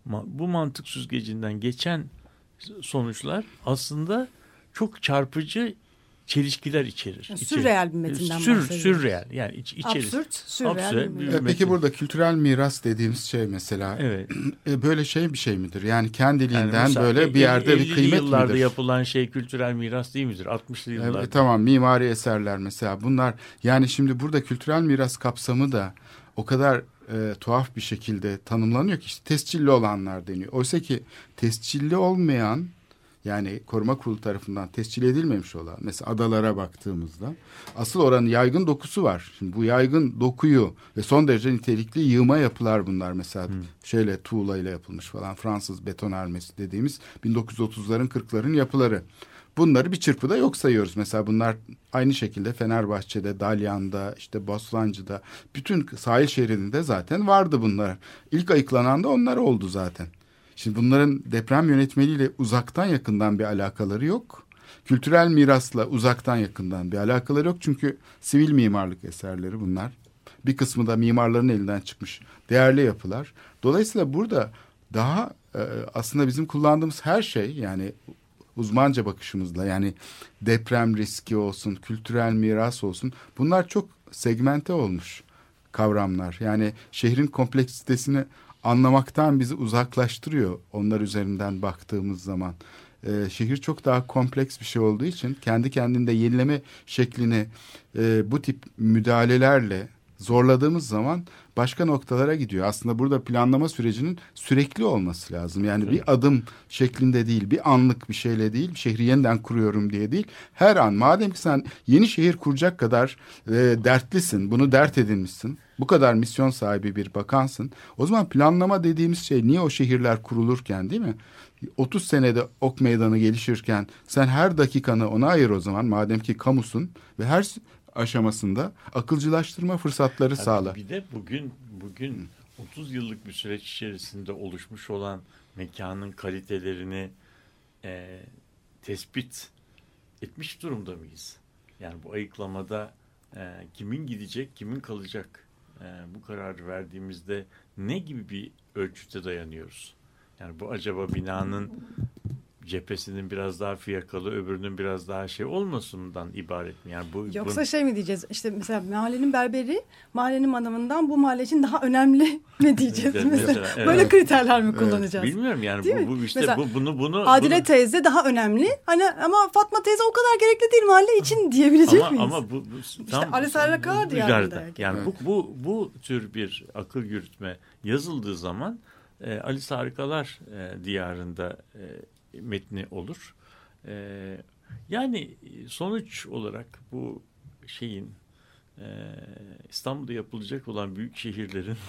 bu mantık süzgecinden geçen sonuçlar aslında çok çarpıcı çelişkiler içerir. Yani sürreel bir metinden Sür, bahsediyoruz. Sürreel yani iç, içerir. Absürt, sürreel Absürt bir E, Peki burada kültürel miras dediğimiz şey mesela evet. e, böyle şey bir şey midir? Yani kendiliğinden Yani böyle bir yerde bir kıymet yıllarda midir? yapılan şey kültürel miras değil midir? altmışlı yıllarda. Evet, tamam, mimari eserler mesela bunlar, yani şimdi burada kültürel miras kapsamı da o kadar e, tuhaf bir şekilde tanımlanıyor ki işte tescilli olanlar deniyor. Oysa ki tescilli olmayan, yani koruma kurulu tarafından tescil edilmemiş olan mesela adalara baktığımızda asıl oranın yaygın dokusu var. Şimdi bu yaygın dokuyu ve son derece nitelikli yığma yapılar bunlar mesela hmm. şeyle tuğla ile yapılmış falan Fransız betonarmesi dediğimiz bin dokuz yüz otuzların kırkların yapıları. Bunları bir çırpıda yok sayıyoruz. Mesela bunlar aynı şekilde Fenerbahçe'de, Dalyan'da, işte Bostancı'da, bütün sahil şeridinde zaten vardı bunlar. İlk ayıklanan da onlar oldu zaten. Şimdi bunların deprem yönetmeliğiyle uzaktan yakından bir alakaları yok. Kültürel mirasla uzaktan yakından bir alakaları yok. Çünkü sivil mimarlık eserleri bunlar. Bir kısmı da mimarların elinden çıkmış değerli yapılar. Dolayısıyla burada daha e, aslında bizim kullandığımız her şey, yani uzmanca bakışımızla, yani deprem riski olsun, kültürel miras olsun, bunlar çok segmente olmuş kavramlar. Yani şehrin kompleksitesini anlamaktan bizi uzaklaştırıyor onlar üzerinden baktığımız zaman. Ee, şehir çok daha kompleks bir şey olduğu için kendi kendinde yenileme şeklini e, bu tip müdahalelerle zorladığımız zaman başka noktalara gidiyor. Aslında burada planlama sürecinin sürekli olması lazım. Yani evet. bir adım şeklinde değil, bir anlık bir şeyle değil, şehri yeniden kuruyorum diye değil. Her an, madem ki sen yeni şehir kuracak kadar e, dertlisin, bunu dert edinmişsin, bu kadar misyon sahibi bir bakansın, o zaman planlama dediğimiz şey niye o şehirler kurulurken, değil mi? otuz senede Ok Meydanı gelişirken sen her dakikanı ona ayır o zaman, madem ki kamusun ve her aşamasında akılcılaştırma fırsatları Tabii sağla. Bir de bugün bugün otuz yıllık bir süreç içerisinde oluşmuş olan mekanın kalitelerini e, tespit etmiş durumda mıyız? Yani bu ayıklamada e, kimin gidecek, kimin kalacak? E, bu kararı verdiğimizde ne gibi bir ölçüte dayanıyoruz? Yani bu acaba binanın cephesinin biraz daha fiyakalı, öbürünün biraz daha şey olmasından ibaret mi? Yani bu Yoksa bu... şey mi diyeceğiz? İşte mesela mahallenin berberi, mahallenin manavından bu mahalle için daha önemli mi diyeceğiz? mesela, mesela evet. Böyle kriterler mi kullanacağız? Evet. Bilmiyorum yani bu, bu işte mesela, bu bunu bunu Adile bunu... teyze daha önemli. Hani ama Fatma teyze o kadar gerekli değil mahalle için diyebilecek ama, miyiz? Ama bu, bu işte tam Ali Sarıkaya diyarında. Yani bu bu bu tür bir akıl yürütme yazıldığı zaman e, Ali Sarıkalar e, diyarında e, metni olur. Ee, yani sonuç olarak bu şeyin e, İstanbul'da yapılacak olan büyük şehirlerin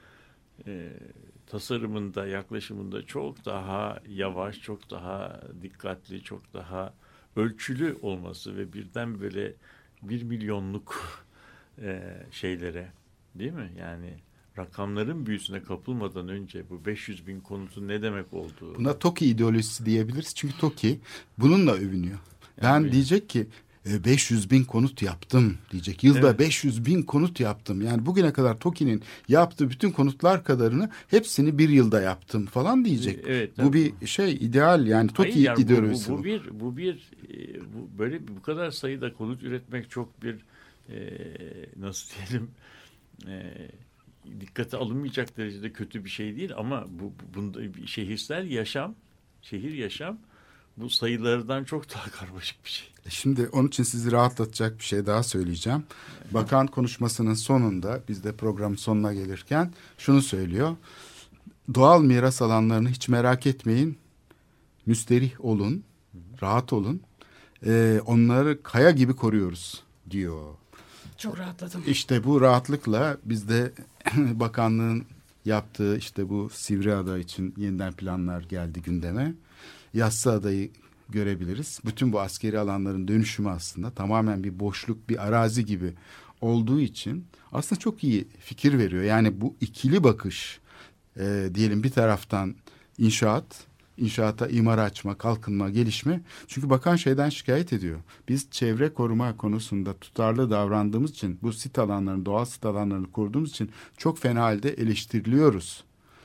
e, tasarımında, yaklaşımında çok daha yavaş, çok daha dikkatli, çok daha ölçülü olması ve birden böyle bir milyonluk e, şeylere, değil mi? Yani rakamların büyüsüne kapılmadan önce bu beş yüz bin konutun ne demek olduğu. Buna TOKİ ideolojisi diyebiliriz. Çünkü TOKİ bununla övünüyor. Ben yani, diyecek ki beş yüz bin konut yaptım diyecek. Yılda evet. beş yüz bin konut yaptım. Yani bugüne kadar TOKİ'nin yaptığı bütün konutlar kadarını hepsini bir yılda yaptım falan diyecek. Evet, bu bir şey ideal, yani TOKİ yani ideolojisi. Bu, bu, bu bir bu bir bu, böyle bu kadar sayıda konut üretmek çok bir e, nasıl diyelim e, dikkate alınmayacak derecede kötü bir şey değil ama bu bunda şehirsel yaşam, şehir yaşam bu sayılardan çok daha karmaşık bir şey. Şimdi onun için sizi rahatlatacak bir şey daha söyleyeceğim. Bakan konuşmasının sonunda, biz de programın sonuna gelirken şunu söylüyor. Doğal miras alanlarını hiç merak etmeyin. Müsterih olun, rahat olun. Ee, onları kaya gibi koruyoruz diyor. Çok rahatladım. İşte bu rahatlıkla biz de bakanlığın yaptığı işte bu Sivriada için yeniden planlar geldi gündeme. Yassıada'yı görebiliriz. Bütün bu askeri alanların dönüşümü aslında tamamen bir boşluk, bir arazi gibi olduğu için aslında çok iyi fikir veriyor. Yani bu ikili bakış e, diyelim, bir taraftan inşaat, inşaata imar açma, kalkınma, gelişme. Çünkü bakan şeyden şikayet ediyor. Biz çevre koruma konusunda tutarlı davrandığımız için, bu sit alanlarını, doğal sit alanlarını koruduğumuz için çok fena halde eleştiriliyoruz.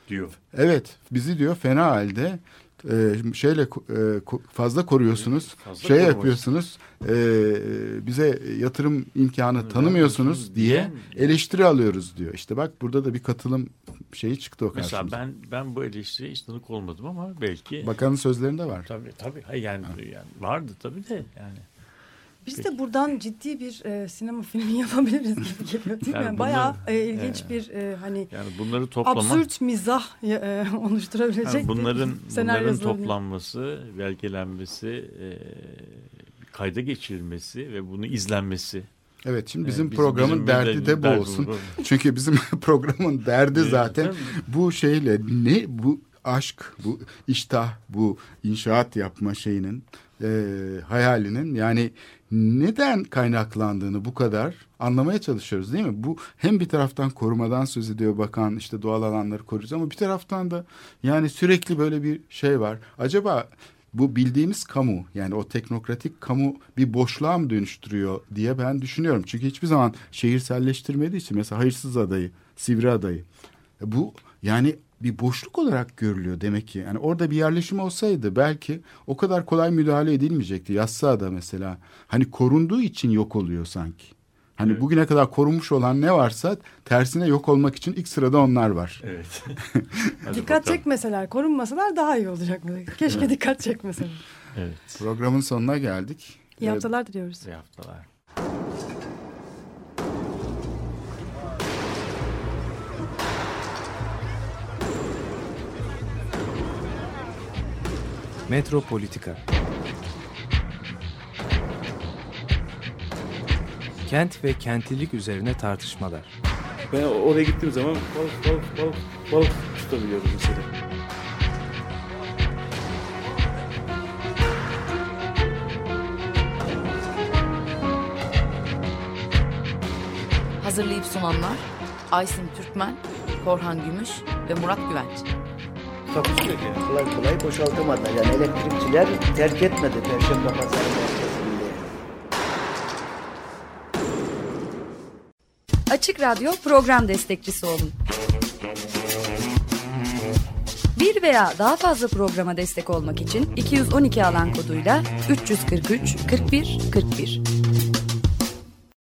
diyor. Evet, bizi diyor fena halde e, şeyle e, fazla koruyorsunuz, Fazla şey koruması. yapıyorsunuz, e, bize yatırım imkanı tanımıyorsunuz diye eleştiri alıyoruz diyor. İşte bak burada da bir katılım şeyi çıktı o karşımıza. Mesela ben ben bu eleştiriye hiç tanık olmadım ama belki Bakanın sözlerinde var. tabii tabii hayır yani, yani vardı tabii de yani. Biz Peki. de buradan ciddi bir e, sinema filmi yapabiliriz gibi geliyor değil mi? Yani Yani bunlar- bayağı e, ilginç e, bir e, hani Yani bunları toplamak, absürt mizah e, oluşturabilecek yani bunların bir senaryo bunların yazılabilir. toplanması, belgelenmesi, e, kayda geçirilmesi ve bunu izlenmesi. Evet, şimdi e, bizim bizim- programın bizim derdi bir de bu derdi olsun. bu. Çünkü bizim programın derdi Evet, zaten tabii. bu şeyle ne bu aşk, bu iştah, bu inşaat yapma şeyinin e, hayalinin yani neden kaynaklandığını bu kadar anlamaya çalışıyoruz değil mi? Bu hem bir taraftan korumadan söz ediyor bakan, işte doğal alanları koruyacağız ama bir taraftan da yani sürekli böyle bir şey var. Acaba bu bildiğimiz kamu, yani o teknokratik kamu bir boşluğa mı dönüştürüyor diye ben düşünüyorum. Çünkü hiçbir zaman şehirselleştirmediği için mesela Hayırsız Adayı, Sivri Adayı bu yani bir boşluk olarak görülüyor demek ki. Yani orada bir yerleşim olsaydı belki o kadar kolay müdahale edilmeyecekti. Yassıada mesela hani korunduğu için yok oluyor sanki. Hani Evet. bugüne kadar korunmuş olan ne varsa tersine yok olmak için ilk sırada onlar var. Evet. Hadi Dikkat bakalım. çekmeseler, korunmasalar daha iyi olacak. Keşke dikkat çekmeseler. Evet. Programın sonuna geldik. İyi haftalar diliyoruz. İyi haftalar. Metropolitika. Kent ve kentlilik üzerine tartışmalar. Ben oraya gittiğim zaman balık balık balık balık tutabiliyoruz mesela. Hazırlayıp sunanlar Aysin Türkmen, Korhan Gümüş ve Murat Güvenç. Takusu yok yani. Kolay kolay boşaltamadı. Yani elektrikçiler terk etmedi Perşembe Pazarı merkezinde. Açık Radyo program destekçisi olun. Bir veya daha fazla programa destek olmak için iki yüz on iki alan koduyla üç yüz kırk üç kırk bir kırk bir.